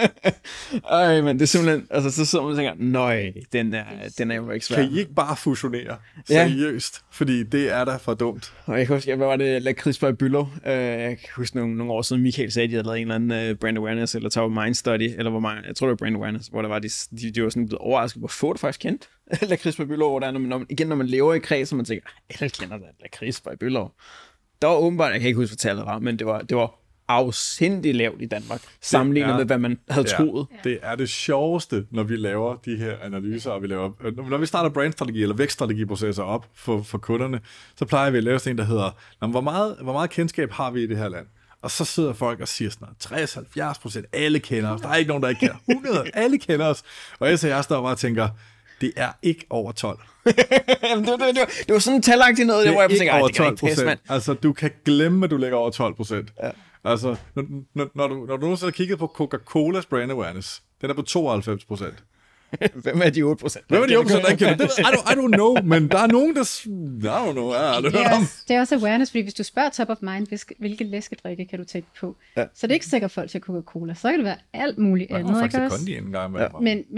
Ej, men det er simpelthen, altså så sidder man og tænker, nøj, den er jo ikke svær. Kan I ikke bare fusionere? Seriøst? Ja. Fordi det er da for dumt. Og jeg kan huske, hvad var det, Lakrids i Bylov? Jeg kan huske nogle år siden, Michael sagde, at de havde lavet en eller anden brand awareness, eller top of mind study, eller hvor mange, jeg tror det var brand awareness, hvor der var de var sådan blevet overrasket, hvor få det faktisk kendt. Lakrids by Bylov, hvor der er, når man lever i kreds, så man tænker, alle kender da Lakrids by Bylov. Der var åbenbart, jeg kan ikke huske, hvad tallet var, men det var afsindigt lavt i Danmark, sammenlignet med, hvad man havde troet. Det er det sjoveste, når vi laver de her analyser, og når vi starter brandstrategi eller vækststrategiprocesser op for kunderne, så plejer vi at lave sådan en, der hedder, hvor meget kendskab har vi i det her land? Og så sidder folk og siger sådan 60-70%, alle kender os. Der er ikke nogen, der ikke kender. 100, alle kender os. Og jeg står bare og tænker, det er ikke over 12. Jamen, det var sådan en talagtigt noget, hvor jeg tænker, det kan ikke passe, mand. Altså, du kan glemme, at du ligger over 12%. Ja. Altså, når du nogensinde har kigget på Coca-Colas brand awareness, den er på 92%. Hvem er de 8%? Hvem er de 8%, der ikke kender? I don't know, men der er nogen, der... I don't know. Det er også awareness, fordi hvis du spørger top of mind, hvilke læskedrikke kan du tage på, så det er ikke sikkert folk til Coca-Cola. Så kan det være alt muligt andet, ikke også?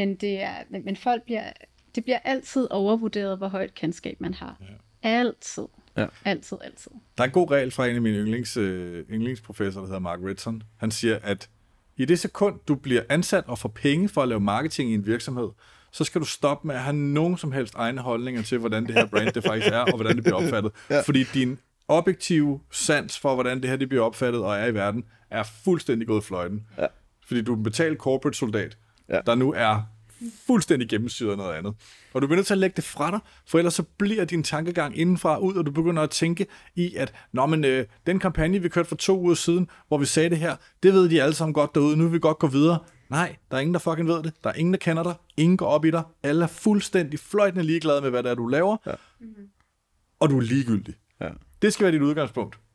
Men folk bliver altid overvurderet, hvor højt kendskab man har. Ja. Altid. Ja. Altid. Der er en god regel fra en af mine yndlingsprofessorer, der hedder Mark Ritson. Han siger, at i det sekund, du bliver ansat og får penge for at lave marketing i en virksomhed, så skal du stoppe med at have nogen som helst egne holdninger til, hvordan det her brand det faktisk er, og hvordan det bliver opfattet. Ja. Fordi din objektive sans for, hvordan det her det bliver opfattet og er i verden, er fuldstændig gået fløjten. Ja. Fordi du er en betalt corporate soldat, der nu er fuldstændig gennemsyret af noget andet. Og du bliver nødt til at lægge det fra dig, for ellers så bliver din tankegang indenfra ud, og du begynder at tænke i, at den kampagne, vi kørte for 2 uger siden, hvor vi sagde det her, det ved de alle sammen godt derude, nu vil vi godt gå videre. Nej, der er ingen, der fucking ved det. Der er ingen, der kender dig. Ingen går op i dig. Alle er fuldstændig fløjtende ligeglade med, hvad det er, du laver. Ja. Og du er ligegyldig. Ja. Det skal være dit udgangspunkt.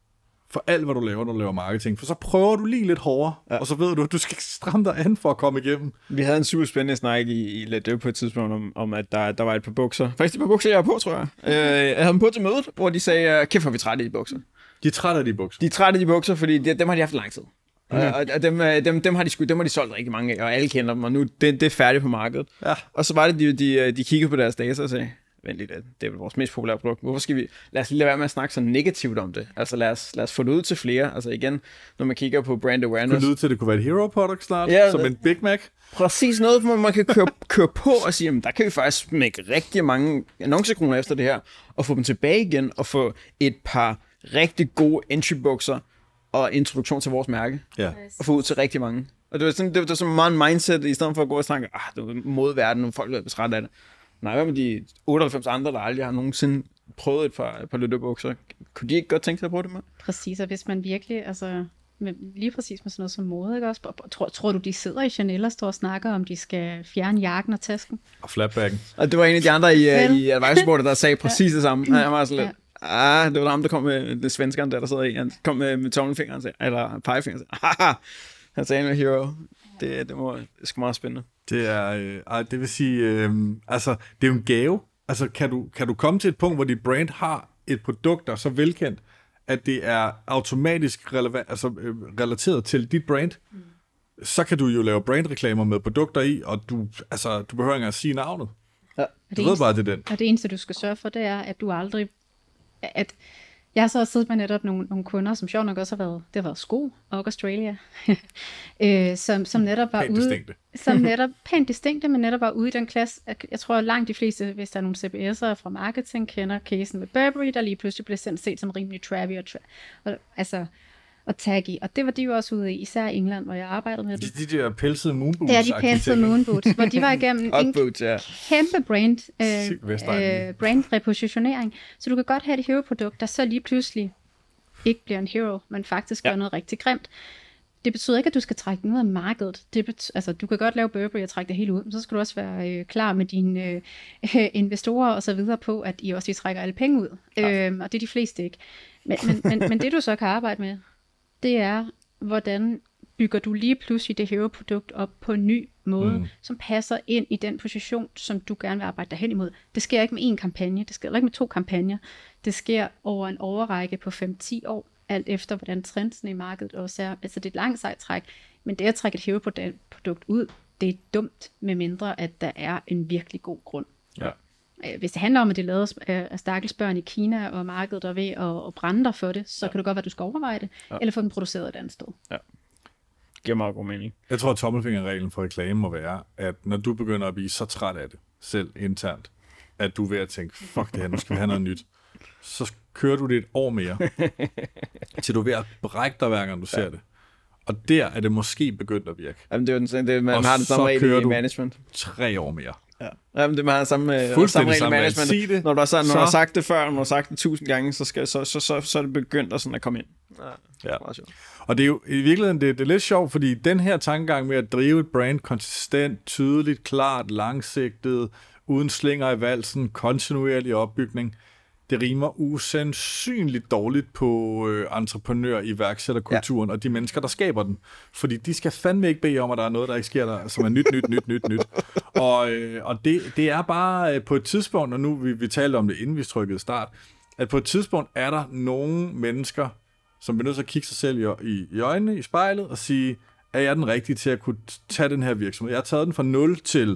for alt, hvad du laver, når du laver marketing. For så prøver du lige lidt hårdere, og så ved du, at du skal stramme dig an for at komme igennem. Vi havde en super spændende snak i Let på et tidspunkt om at der var et par bukser. Faktisk et par bukser, jeg har på, tror jeg. Jeg havde dem på til mødet, hvor de sagde, kæft, hvor vi trætte af de bukser. De er trætte af de bukser? De er trætte af de bukser, fordi dem har de haft lang tid. Og dem har de solgt rigtig mange af, og alle kender dem, og nu det er færdigt på markedet. Ja. Og så var det, de kiggede på deres data og sagde, vent lidt, det er vores mest populære produkt. Hvorfor skal vi... Lad os lige lade være med at snakke så negativt om det. Altså lad os få det ud til flere. Altså igen, når man kigger på brand awareness... Kunne det ud til, at det kunne være et hero product snart, som en Big Mac? Præcis noget, hvor man kan køre på og sige, jamen der kan vi faktisk smække rigtig mange annoncekroner efter det her, og få dem tilbage igen, og få et par rigtig gode entry-bukser og introduktion til vores mærke, og få ud til rigtig mange. Og det var sådan meget en mindset, i stedet for at gå og snakke, det var modverden, og folk er trætte af det. Nej, hvad med de 98 andre, der aldrig har nogensinde prøvet et par lyttebukser? Kunne de ikke godt tænke sig at prøve det med? Præcis, og hvis man virkelig, altså lige præcis med sådan noget som mode, ikke også? Tror du, de sidder i Chanel og står og snakker om, de skal fjerne jakken og tasken? Og flapbacken. Og det var en af de andre i advice-boardet, der sagde præcis det samme. Han var sådan lidt, det var ham, der kom med det svenskeren, der sidder i. Han kom med tommelfingeren, eller pegefingeren, han sagde med hero. Det skal meget spændende. Det er, det vil sige, altså, det er jo en gave. Altså, kan du komme til et punkt, hvor dit brand har et produkt, der er så velkendt, at det er automatisk relateret til dit brand, så kan du jo lave brandreklamer med produkter i, og du behøver ikke at sige navnet. Ja. Du ved bare, det er den. Og det eneste, du skal sørge for, det er, at du aldrig... Jeg har så også siddet med netop nogle kunder, som sjovt nok også har været sko og Australia, som netop var ude... Som netop pænt distinkte, men netop var ude i den klasse. Jeg tror, at langt de fleste, hvis der er nogle CBS'ere fra marketing, kender casen med Burberry, der lige pludselig blev set som rimelig trappy og taggy. Og det var de jo også ude i, især i England, hvor jeg arbejdede med dem. De der pelsede moonboots. Ja, de pelsede moonboots, hvor de var igennem en kæmpe brand repositionering. Så du kan godt have et hero-produkt, der så lige pludselig ikke bliver en hero, men faktisk gør noget rigtig grimt. Det betyder ikke, at du skal trække den ud af markedet. Du kan godt lave Burberry og trække det hele ud, men så skal du også være klar med dine investorer og så videre på, at I også trækker alle penge ud. Og det er de fleste ikke. Men det du så kan arbejde med, det er, hvordan bygger du lige pludselig det hero-produkt op på en ny måde, som passer ind i den position, som du gerne vil arbejde derhen imod. Det sker ikke med én kampagne, det sker ikke med 2 kampagner. Det sker over en overrække på 5-10 år, alt efter hvordan trendene i markedet også er. Altså det er et langt sejt træk, men det at trække et hero-produkt ud, det er dumt, med mindre at der er en virkelig god grund. Ja. Hvis det handler om, at det er lavet af stakkels børn i Kina, og markedet er ved at brænde dig for det, så kan det godt være, at du skal overveje det, eller få den produceret et andet sted. Ja. Det giver meget god mening. Jeg tror, at tommelfingerreglen for reklame må være, at når du begynder at blive så træt af det, selv internt, at du er ved at tænke, fuck det her, nu skal vi have noget nyt, så kører du det et år mere, til du er ved at brække dig, hver gang du ser det. Og der er det måske begyndt at virke. Jamen, det er jo man har den samme regel i management. 3 år mere. Ja. Jamen, det har samme regel i management. Når du har sagt det før, når du har sagt det 1000 gange, så er det begyndt at, sådan at komme ind. Ja. Og det er jo i virkeligheden, det er lidt sjovt, fordi den her tankegang med at drive et brand konsistent, tydeligt, klart, langsigtet, uden slinger i valsen, kontinuerlig opbygning, det rimer usandsynligt dårligt på entreprenør-iværksætterkulturen og de mennesker, der skaber den. Fordi de skal fandme ikke bede om, at der er noget, der ikke sker der, som er nyt. Og det er bare på et tidspunkt, og nu vi talte om det, inden vi trykkede start, at på et tidspunkt er der nogle mennesker, som bliver nødt til at kigge sig selv i øjnene, i spejlet, og sige, er jeg den rigtige til at kunne tage den her virksomhed? Jeg har taget den fra 0 til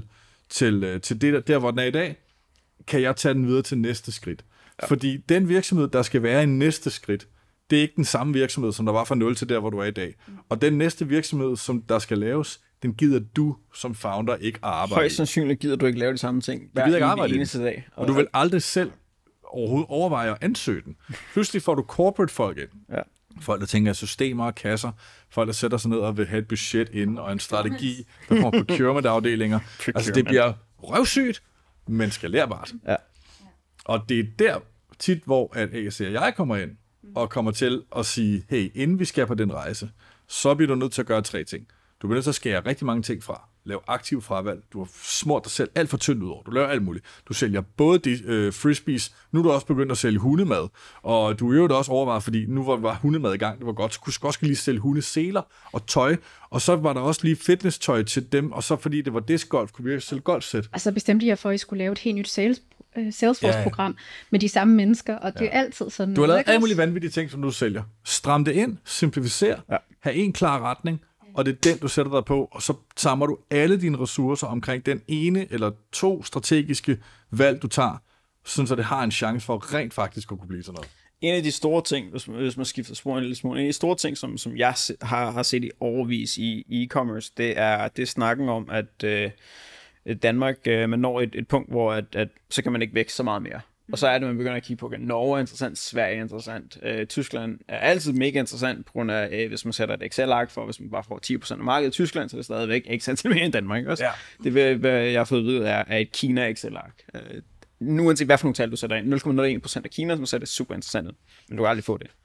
det der, hvor den er i dag. Kan jeg tage den videre til næste skridt? Ja. Fordi den virksomhed, der skal være i næste skridt, det er ikke den samme virksomhed, som der var fra 0 til der, hvor du er i dag. Og den næste virksomhed, som der skal laves, den gider du som founder ikke arbejde. Højst sandsynligt gider du ikke lave de samme ting hver eneste dag. Og du vil aldrig selv overhovedet overveje at ansøge den. Pludselig får du corporate folk ind. Ja. Folk, der tænker systemer og kasser. Folk, der sætter sig ned og vil have et budget ind og en strategi. Der kommer procurement-afdelinger. Altså, det bliver røvsygt, men skalerbart. Ja. Og det er der tit, hvor at ASC og jeg kommer ind og kommer til at sige, hey, inden vi skal på den rejse, så bliver du nødt til at gøre 3 ting. Du bliver nødt til at skære rigtig mange ting fra. lave aktiv fravalg. Du har smurt dig selv alt for tyndt ud over. Du laver alt muligt. Du sælger både de frisbees. Nu er du også begyndt at sælge hundemad. Og du er jo også overvejet, fordi nu var hundemad i gang. Det var godt. Så kunne du også lige sælge hundeseler og tøj. Og så var der også lige fitness-tøj til dem. Og så fordi det var discgolf, kunne vi sælge golfsæt. Og så bestemte jeg for, at I skulle lave et helt nyt Salesforce-program med de samme mennesker. Og det er altid sådan. Du har lavet alle mulige vanvittige ting, som du sælger. Stram det ind, simplificer, have en klar retning, og det er den, du sætter dig på, og så samler du alle dine ressourcer omkring den ene eller 2 strategiske valg, du tager, sådan så det har en chance for rent faktisk at kunne blive sådan noget. En af de store ting, hvis man skifter spor en lille smule, en af de store ting, som jeg har set i overvis i e-commerce, det er snakken om, at Danmark, man når et punkt, hvor at så kan man ikke vækste så meget mere. Og så er det, man begynder at kigge på, at Norge er interessant, Sverige er interessant, Tyskland er altid mega interessant, på grund af, hvis man sætter et Excel-ark for, hvis man bare får 10% af markedet i Tyskland, så er det stadigvæk ikke sandt mere end Danmark. Også. Ja. Det, hvad jeg har fået at vide, er et Kina Excel-ark. Nu uanset hvad for nogle tal, du sætter ind, 0,01% af Kina, som sætter det super interessant ud, men du kan aldrig få det.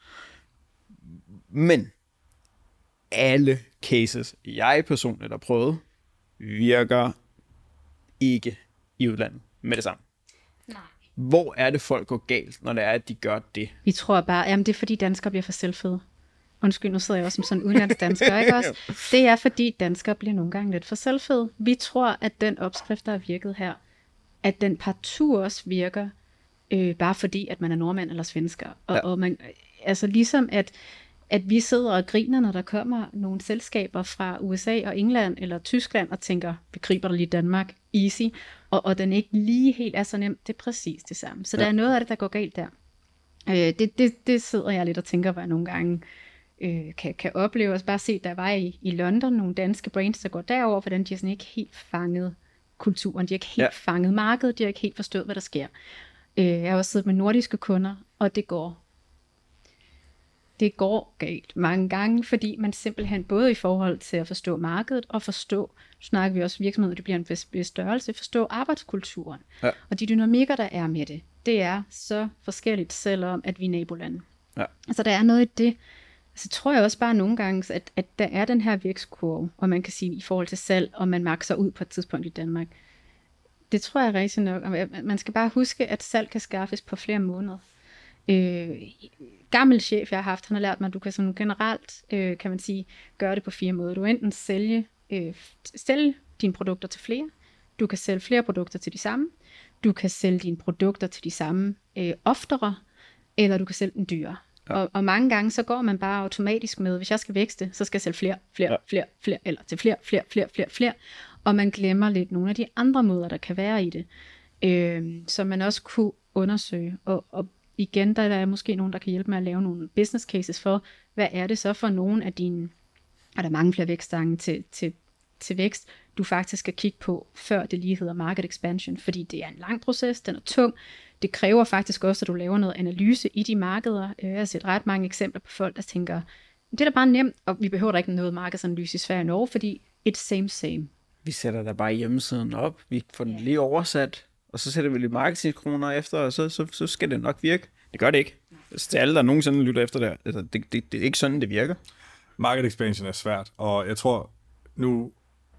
Men alle cases, jeg personligt har prøvet, virker ikke i udlandet med det samme. Nej. Hvor er det folk går galt, når det er, at de gør det? Vi tror bare, jamen det er fordi danskere bliver for selvfede. Undskyld, nu sidder jeg også som sådan en udenlandsdansker, ikke også? Det er fordi danskere bliver nogle gange lidt for selvfede. Vi tror, at den opskrift, der er virket her, at den partout også virker, bare fordi, at man er nordmand eller svensker. Og man, altså ligesom at vi sidder og griner, når der kommer nogle selskaber fra USA og England eller Tyskland og tænker, vi griber der lige Danmark, easy, og den ikke lige helt er så nem, det er præcis det samme. Så der er noget af det, der går galt der. Det sidder jeg lidt og tænker, hvad jeg nogle gange kan opleve. Og bare se, der var i London nogle danske brands, der går derover, hvordan de har sådan ikke helt fanget kulturen, de har ikke helt fanget markedet, de har ikke helt forstået, hvad der sker. Jeg har også siddet med nordiske kunder, og det går galt mange gange, fordi man simpelthen både i forhold til at forstå markedet og forstå, snakker vi også virksomheder, det bliver en vis størrelse, forstå arbejdskulturen. Ja. Og de dynamikker, der er med det er så forskelligt, selvom at vi er nabolande. Ja. Altså der er noget i det. Så tror jeg også bare nogle gange, at der er den her vækstkurve, og man kan sige i forhold til salg, og man makser ud på et tidspunkt i Danmark. Det tror jeg rigtig nok. Man skal bare huske, at salg kan skaffes på flere måneder. Gammel chef, jeg har haft, han har lært mig, at du kan sådan generelt, kan man sige, gøre det på 4 måder. Du kan enten sælge dine produkter til flere, du kan sælge flere produkter til de samme, du kan sælge dine produkter til de samme oftere, eller du kan sælge dem dyrere. Ja. Og mange gange, så går man bare automatisk med, hvis jeg skal vækste, så skal jeg sælge flere, eller til flere, og man glemmer lidt nogle af de andre måder, der kan være i det, som man også kunne undersøge, og igen, der er måske nogen, der kan hjælpe med at lave nogle business cases for, hvad er det så for nogle af dine, er der mange flere vækststange til vækst, du faktisk skal kigge på, før det lige hedder market expansion, fordi det er en lang proces, den er tung, det kræver faktisk også, at du laver noget analyse i de markeder. Jeg har set ret mange eksempler på folk, der tænker, det er da bare nemt, og vi behøver da ikke noget markedsanalyse i Sverige og Norge, fordi it's same. Vi sætter da bare hjemmesiden op, vi får den lige oversat, og så sætter vi lidt marketingkroner efter, og så skal det nok virke. Det gør det ikke. Til alle, der nogensinde lytter efter det, altså, det er ikke sådan, det virker. Market expansion er svært, og jeg tror nu,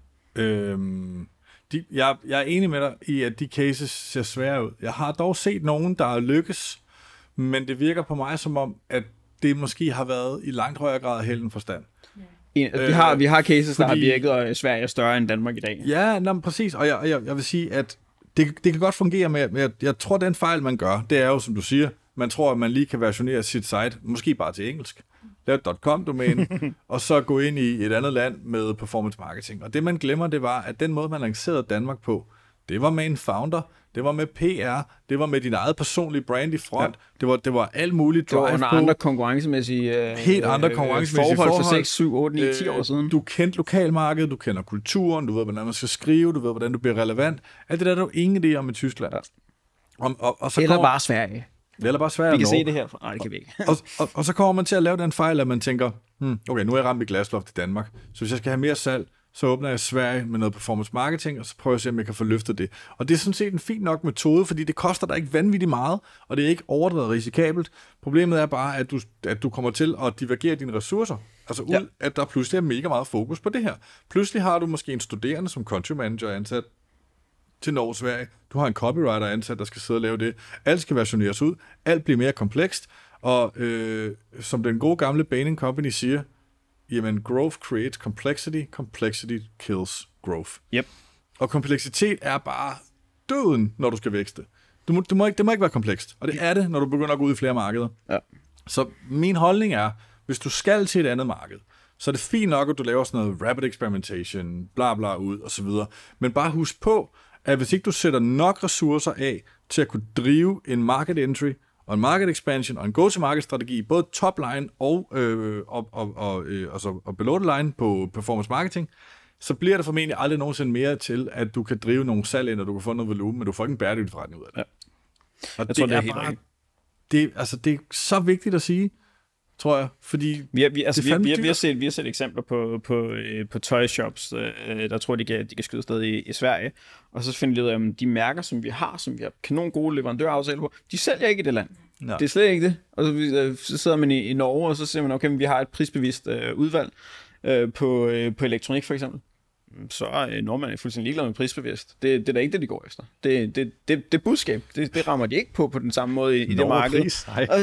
jeg er enig med dig i, at de cases ser svære ud. Jeg har dog set nogen, der er lykkes, men det virker på mig som om, at det måske har været i langt højere grad held end forstand. Vi har cases, der har virket, og Sverige er større end Danmark i dag. Ja, præcis, og jeg vil sige, at det kan godt fungere med, jeg tror, den fejl, man gør, det er jo, som du siger, man tror, at man lige kan versionere sit site, måske bare til engelsk, lave et .com-domæne, og så gå ind i et andet land med performance marketing. Og det, man glemmer, det var, at den måde, man lancerede Danmark på, det var med en founder, det var med PR, det var med din eget personlige brand i front, det var alt muligt drive på. Det var andre konkurrencemæssige helt andre konkurrencemæssige forhold for 6, 7, 8, 9, 10 år siden. Du kendte lokalmarkedet, du kender kulturen, du ved, hvordan man skal skrive, du ved, hvordan du bliver relevant. Alt det der er jo ingen idé om i Tyskland. Og så eller bare Sverige. Eller bare Sverige. Vi kan se det her. Nej, det kan vi ikke. og så kommer man til at lave den fejl, at man tænker, okay, nu er jeg ramt i glasloft i Danmark, så hvis jeg skal have mere salg, så åbner jeg Sverige med noget performance marketing, og så prøver jeg at se, om jeg kan få løftet det. Og det er sådan set en fin nok metode, fordi det koster dig ikke vanvittigt meget, og det er ikke overdrevet risikabelt. Problemet er bare, at du kommer til at divergere dine ressourcer. Altså ud, at der pludselig er mega meget fokus på det her. Pludselig har du måske en studerende som country manager ansat til Norge Sverige. Du har en copywriter ansat, der skal sidde og lave det. Alt skal versioneres ud. Alt bliver mere komplekst. Og som den gode gamle Bain & Company siger, jamen, growth creates complexity, complexity kills growth. Yep. Og kompleksitet er bare døden, når du skal vækste. Det må ikke være komplekst, og det er det, når du begynder at gå ud i flere markeder. Ja. Så min holdning er, hvis du skal til et andet marked, så er det fint nok, at du laver sådan noget rapid experimentation, bla bla ud, og så videre. Men bare husk på, at hvis ikke du sætter nok ressourcer af til at kunne drive en market entry, og en market expansion og en go-to-market-strategi, både top-line og below-the-line på performance marketing, så bliver der formentlig aldrig nogensinde mere til, at du kan drive nogle salg ind, og du kan få noget volumen, men du får ikke en bæredygtig forretning ud af det. Ja. Og jeg tror, det er helt bare, det er så vigtigt at sige, tror jeg, fordi vi har set eksempler på tøjshops, der tror de kan skyde sted i Sverige, og så finder de ud af, om de mærker, som vi har kanon gode leverandøraftaler på, de sælger ikke i det land. Ja. Det er slet ikke det. Og så sidder man i Norge, og så siger man, okay, vi har et prisbevidst udvalg på elektronik for eksempel. Så er nordmænd fuldstændig ligeglade med prisbevidst. Det er da ikke det, de går efter. Det budskab, det rammer de ikke på den samme måde i det marked.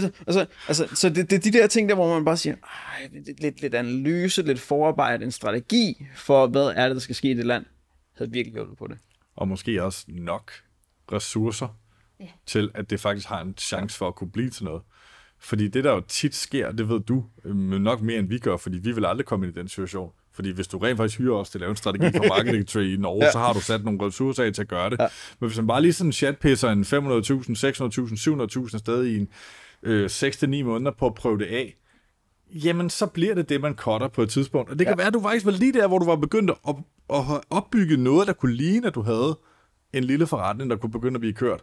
Så det er de der ting der, hvor man bare siger, lidt analyse, lidt forarbejde, en strategi for, hvad er det, der skal ske i det land, havde virkelig hjulpet på det. Og måske også nok ressourcer til, at det faktisk har en chance for at kunne blive til noget. Fordi det, der jo tit sker, det ved du nok mere, end vi gør, fordi vi vil aldrig komme ind i den situation. Fordi hvis du rent faktisk hyrer os til at lave en strategi for marketing trade i Norge, så har du sat nogle ressourcer af til at gøre det. Ja. Men hvis man bare lige sådan chatpisser en 500.000, 600.000, 700.000 sted i en 6-9 måneder på at prøve det af, jamen så bliver det, man cutter på et tidspunkt. Og det kan være, at du faktisk var lige der, hvor du var begyndt at opbygge noget, der kunne ligne, at du havde en lille forretning, der kunne begynde at blive kørt.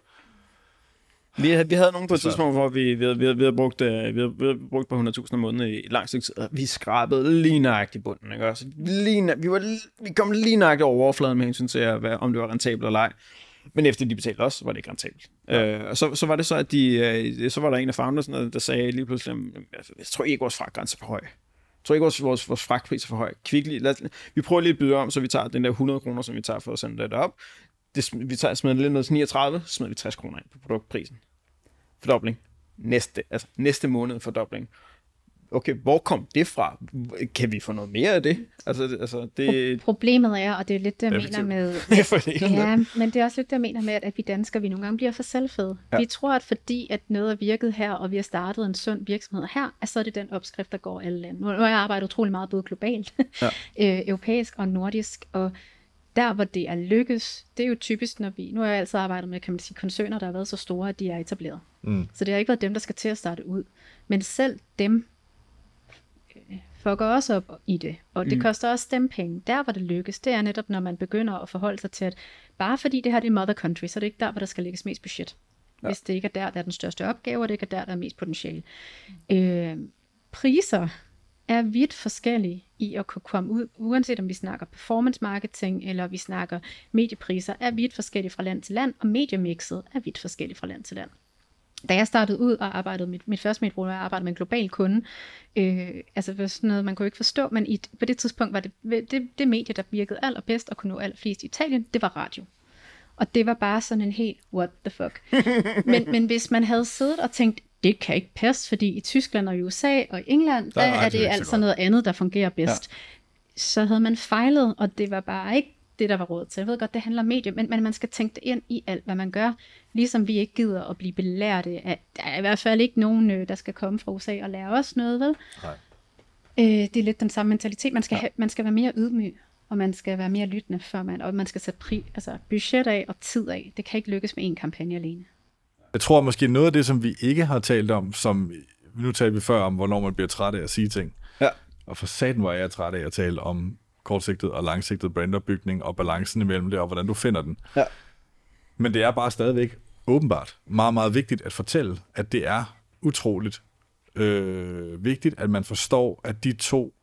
Vi havde nogen på et tidspunkt, hvor vi havde brugt på 100.000 om måneden i lang tid, og vi skrabede lige nøjagtigt bunden. Ikke? Altså, vi kom lige nøjagtigt over overfladen med hensyn til, om det var rentabelt eller ej. Men efter de betalte os, var det ikke rentabelt. Ja. Og så var det så, at så var der en af foundersne, der sagde lige pludselig, jeg tror ikke, vores fragtgrænse er for høj. Jeg tror ikke, vores fragtpris er for høj. Vi prøver lige at byde om, så vi tager den der 100 kroner, som vi tager for at sende det op. Vi smider lidt ned til 39, så smider vi 60 kroner ind på produktprisen. Fordobling. Næste måned fordobling. Okay, hvor kom det fra? Kan vi få noget mere af det? Problemet er, og det er lidt det, jeg mener med... Ja, men det er også lidt det, jeg mener med, at vi danskere, vi nogle gange bliver for selvfede. Ja. Vi tror, at fordi at noget er virket her, og vi har startet en sund virksomhed her, så er det den opskrift, der går alle lande. Nu har jeg arbejdet utrolig meget både globalt, europæisk og nordisk, og der, hvor det er lykkes, det er jo typisk, nu har jeg altid arbejdet med, kan man sige, koncerner, der har været så store, at de er etableret. Så det har ikke været dem, der skal til at starte ud. Men selv dem fucker også op i det, og det koster også dem penge. Der, hvor det lykkes, det er netop, når man begynder at forholde sig til, at bare fordi det her det er mother country, så er det ikke der, hvor der skal lægges mest budget. Ja. Hvis det ikke er der er den største opgave, og det ikke er der er mest potentiale. Priser er vidt forskellige i at kunne komme ud, uanset om vi snakker performance marketing, eller vi snakker mediepriser, er vidt forskellige fra land til land, og mediemixet er vidt forskellige fra land til land. Da jeg startede ud og arbejdede, mit første mediebrug, jeg arbejdede med en global kunde, altså sådan noget, man kunne ikke forstå, men på det tidspunkt var det medie, der virkede allerbedst og kunne nå allerflest i Italien, det var radio. Og det var bare sådan en helt, what the fuck. men hvis man havde siddet og tænkt, det kan ikke passe, fordi i Tyskland og i USA og i England, der er det altså noget andet, der fungerer bedst. Ja. Så havde man fejlet, og det var bare ikke det, der var råd til. Jeg ved godt, det handler om medie, men man skal tænke det ind i alt, hvad man gør. Ligesom vi ikke gider at blive belærte af, der er i hvert fald ikke nogen, der skal komme fra USA og lære os noget, vel? Nej. Det er lidt den samme mentalitet. Man skal være mere ydmyg, og man skal være mere lyttende, og man skal sætte budget af og tid af. Det kan ikke lykkes med en kampagne alene. Jeg tror måske noget af det, som vi ikke har talt om, som nu talte vi før om, hvornår man bliver træt af at sige ting. Ja. Og for satan var jeg træt af at tale om kortsigtet og langsigtet brandopbygning og balancen imellem det, og hvordan du finder den. Ja. Men det er bare stadigvæk åbenbart meget, meget vigtigt at fortælle, at det er utroligt vigtigt, at man forstår, at de to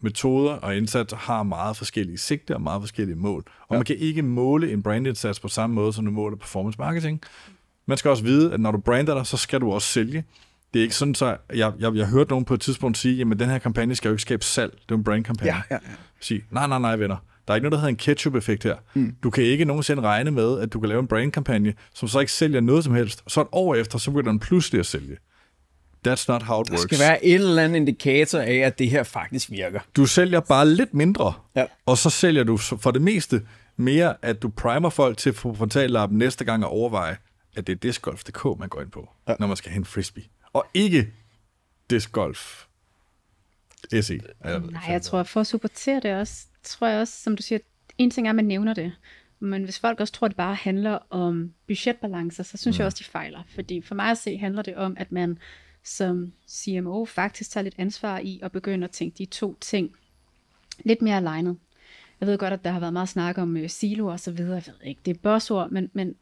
metoder og indsatser har meget forskellige sigter og meget forskellige mål. Og man kan ikke måle en brandindsats på samme måde, som du måler performance marketing. Man skal også vide, at når du brander dig, så skal du også sælge. Det er ikke sådan, så jeg hørte nogen på et tidspunkt sige, jamen den her kampagne skal jo ikke skabe salg. Det er en brandkampagne. Ja. Sige, nej, venner. Der er ikke noget, der hedder en ketchup-effekt her. Du kan ikke nogensinde regne med, at du kan lave en brandkampagne, som så ikke sælger noget som helst. Så et år efter, så begynder den pludselig at sælge. That's not how it works. Der skal være en eller anden indikator af, at det her faktisk virker. Du sælger bare lidt mindre, og så sælger du for det meste mere, at du primer folk til på frontallappen næste gang at overveje, at det er discgolf.dk, man går ind på, når man skal have en frisbee. Og ikke discgolf. SE. Nej, jeg tror, for at supportere det også, tror jeg også, som du siger, en ting er, at man nævner det. Men hvis folk også tror, at det bare handler om budgetbalancer, så synes jeg også, de fejler. Fordi for mig at se, handler det om, at man som CMO faktisk tager lidt ansvar i at begynde at tænke de to ting lidt mere alignet. Jeg ved godt, at der har været meget snak om silo og så videre. Jeg ved ikke, det er buzzord, men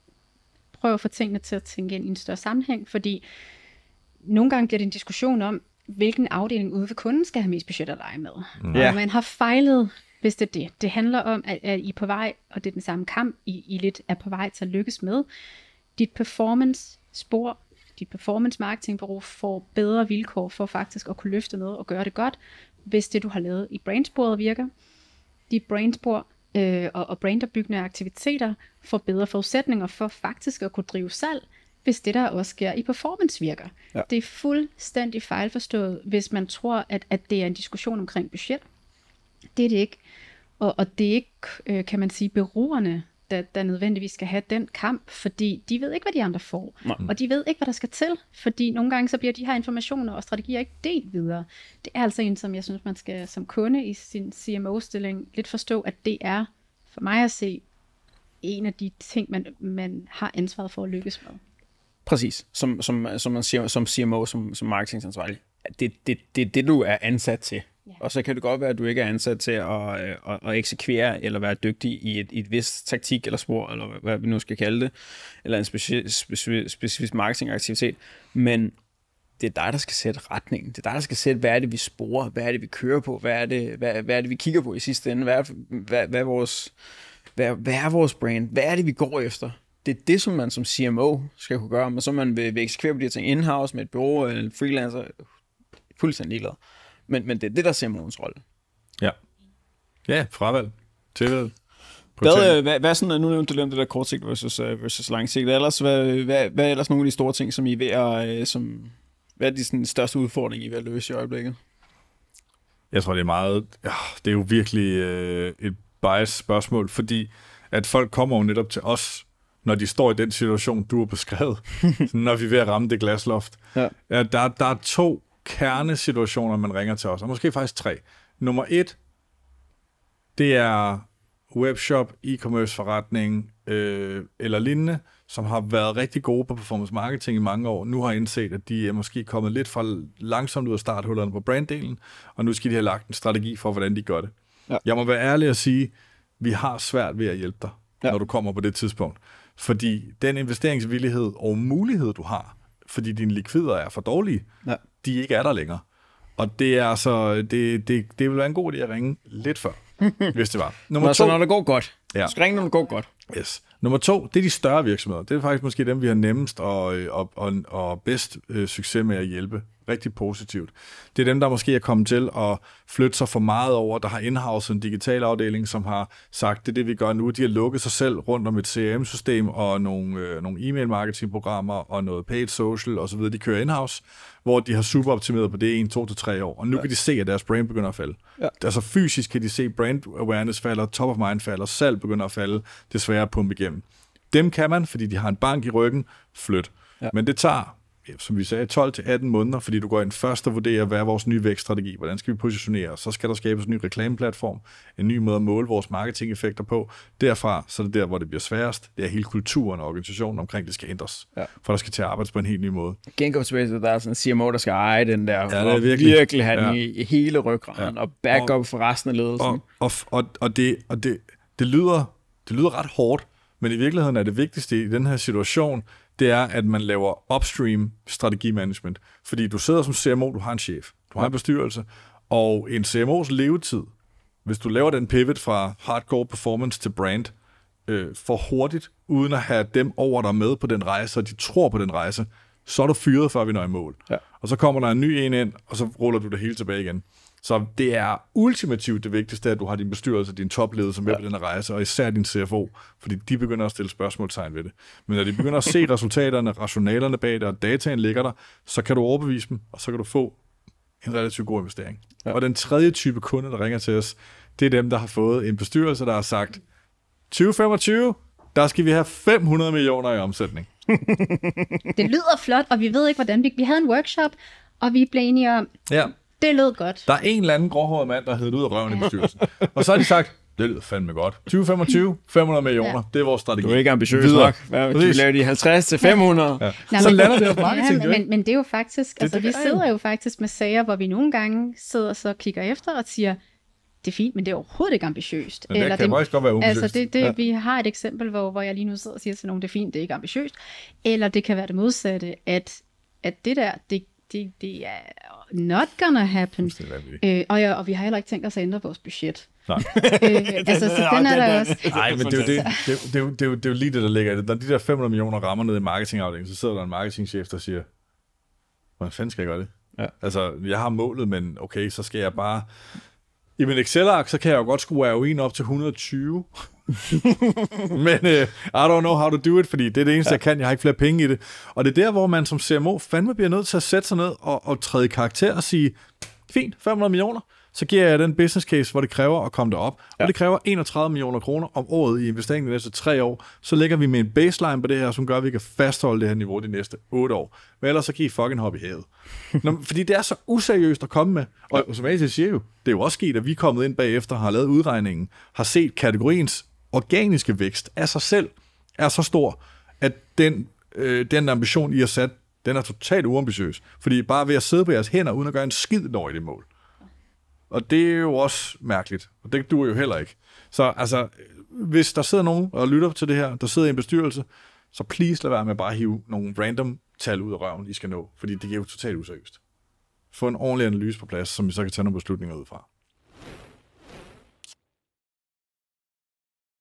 prøv at få tingene til at tænke ind i en større sammenhæng, fordi nogle gange bliver det en diskussion om, hvilken afdeling ude ved kunden skal have mest budget at lege med. Og man har fejlet, hvis det er det. Det handler om, at I er på vej, og det er den samme kamp, I lidt er på vej til at lykkes med. Dit performance-spor, dit performance-marketing-bureau får bedre vilkår for faktisk at kunne løfte noget og gøre det godt, hvis det, du har lavet i brandsporet virker. Dit brandspor og brandopbyggende aktiviteter får bedre forudsætninger for faktisk at kunne drive salg, hvis det der også sker i performance virker. Ja. Det er fuldstændig fejlforstået, hvis man tror, at det er en diskussion omkring budget. Det er det ikke. Og det er ikke, kan man sige, bureauerne, der nødvendigvis skal have den kamp, fordi de ved ikke, hvad de andre får. Nej. Og de ved ikke, hvad der skal til, fordi nogle gange så bliver de her informationer og strategier ikke delt videre. Det er altså en, som jeg synes, man skal som kunde i sin CMO-stilling lidt forstå, at det er for mig at se en af de ting, man har ansvaret for at lykkes med. Præcis, som man siger, som CMO, som marketingansvarlig. Det er det, du er ansat til. Ja. Og så kan det godt være, at du ikke er ansat til at eksekvere eller være dygtig i et vist taktik eller spor, eller hvad vi nu skal kalde det, eller en specifisk marketingaktivitet. Men det er dig, der skal sætte retningen. Det er dig, der skal sætte, hvad er det, vi sporer, hvad er det, vi kører på, hvad er det, vi kigger på i sidste ende, hvad er vores brand, hvad er det, vi går efter. Det er det, som man som CMO skal kunne gøre, men så man vil eksekvere på de her ting in-house med et bureau eller en freelancer, fuldstændig ligeglad. Men det er det, der er CMO'ens rolle. Ja. Ja, fravalg. Tilvalg. Hvad sådan, nu nævnte du det der kortsigt versus langsigt. Hvad er ellers nogle af de store ting, som I er ved at, hvad er de sådan, største udfordringer, I er ved at løse i øjeblikket? Jeg tror, det er meget, det er jo virkelig et bias spørgsmål, fordi at folk kommer jo netop til os, når de står i den situation, du har beskrevet, når vi er ved at ramme det glasloft. Ja. Der er 2 kernesituationer, man ringer til os, og måske faktisk 3. Nummer 1, det er webshop, e-commerce forretning eller lignende, som har været rigtig gode på performance marketing i mange år. Nu har indset, at de er måske kommet lidt for langsomt ud af starthullerne på branddelen, og nu skal de have lagt en strategi for, hvordan de gør det. Ja. Jeg må være ærlig og sige, vi har svært ved at hjælpe dig, når du kommer på det tidspunkt. Fordi den investeringsvillighed og mulighed, du har, fordi dine likvider er for dårlige, de ikke er der længere. Og det er altså, det vil være en god idé at ringe lidt før, hvis det var. Nummer 2, så når det går godt. Ja. Du skal ringe, når det går godt. Yes. Nummer 2, det er de større virksomheder. Det er faktisk måske dem, vi har nemmest og bedst succes med at hjælpe. Rigtig positivt. Det er dem, der måske er kommet til at flytte sig for meget over, der har in-house en digital afdeling, som har sagt, det er det, vi gør nu. De har lukket sig selv rundt om et CRM-system og nogle e-mail-marketing-programmer og noget paid social osv. De kører in-house, hvor de har superoptimeret på det i 2 til 3 år. Og nu kan de se, at deres brand begynder at falde. Ja. Altså fysisk kan de se, brand awareness falder, top of mind falder, salg begynder at falde, desværre at pumpe igennem. Dem kan man, fordi de har en bank i ryggen, flyt. Ja. Men det tager, som vi sagde, 12-18 måneder, fordi du går ind først og vurderer, hvad er vores nye vækststrategi, hvordan skal vi positionere os, så skal der skabes en ny reklameplatform, en ny måde at måle vores marketingeffekter på. Derfra, så er det der, hvor det bliver sværest, det er hele kulturen og organisationen omkring, det skal ændres, for der skal til at arbejde på en helt ny måde. Genkom tilbage, der er sådan en CMO, der skal eje den der, og virkelig have den i hele ryggraden, og backup for resten af ledelsen. Og det lyder ret hårdt, men i virkeligheden er det vigtigste i den her situation, det er, at man laver upstream strategimanagement. Fordi du sidder som CMO, du har en chef, du har en bestyrelse, Og en CMO's levetid, hvis du laver den pivot fra hardcore performance til brand, for hurtigt, uden at have dem over dig med på den rejse, og de tror på den rejse, så er du fyret, før vi når i mål. Ja. Og så kommer der en ny en ind, og så ruller du det hele tilbage igen. Så det er ultimativt det vigtigste, at du har din bestyrelse, din topledelse med på den rejse, og især din CFO, fordi de begynder at stille spørgsmålstegn ved det. Men når de begynder at se resultaterne, rationalerne bag det, og dataen ligger der, så kan du overbevise dem, og så kan du få en relativt god investering. Ja. Og den tredje type kunde, der ringer til os, det er dem, der har fået en bestyrelse, der har sagt, 2025, der skal vi have 500 millioner i omsætning. Det lyder flot, og vi ved ikke, hvordan vi havde en workshop, og vi blev enige om, det lød godt. Der er en eller anden gråhåret mand, der hedder ud af røven i bestyrelsen. Og så har de sagt, det lyder fandme godt. 2025, 500 millioner, det er vores strategi. Du er ikke ambitiøs nok. Hvad vil du lave de 50 til 500? Ja. Så lander det jo marketing. Ja, men det er jo faktisk, vi sidder jo faktisk med sager, hvor vi nogle gange sidder så kigger efter og siger, det er fint, men det er overhovedet ikke ambitiøst. Men det kan faktisk godt være uambitiøst. Altså vi har et eksempel, hvor jeg lige nu sidder og siger til nogen, det er fint, det er ikke ambitiøst. Eller det kan være det modsatte, at det der, det er not gonna happen. Og vi har heller ikke tænkt os at ændre vores budget. Nej. Så den er der også. Nej, men det er jo lige det, der ligger i det. Når de der 500 millioner rammer ned i marketingafdelingen, så sidder der en marketingchef, der siger, hvordan fanden skal jeg gøre det? Ja. Altså, jeg har målet, men okay, så skal jeg bare... I min Excel-ark, så kan jeg jo godt skrue ROI'en op til 120. Men I don't know how to do it, fordi det er det eneste, jeg kan. Jeg har ikke flere penge i det. Og det er der, hvor man som CMO fandme bliver nødt til at sætte sig ned og træde i karakter og sige, fint, 500 millioner, så giver jeg den business case, hvor det kræver at komme derop. Og det kræver 31 millioner kroner om året i investeringen de næste 3 år. Så lægger vi med en baseline på det her, som gør, at vi kan fastholde det her niveau de næste 8 år. Men ellers så kan I fucking hoppe i havet. Fordi det er så useriøst at komme med. Og som jeg siger jo, det er jo også sket, at vi er kommet ind bagefter, har lavet udregningen, har set kategoriens organiske vækst af sig selv, er så stor, at den ambition, I har sat, den er totalt uambitiøs. Fordi bare ved at sidde på jeres hænder, uden at gøre en skid, når I det mål. Og det er jo også mærkeligt, og det duer jo heller ikke. Så altså, hvis der sidder nogen og lytter til det her, der sidder i en bestyrelse, så please lad være med at bare hive nogle random tal ud af røven, I skal nå, fordi det er jo totalt useriøst. Få en ordentlig analyse på plads, som vi så kan tage nogle beslutninger ud fra.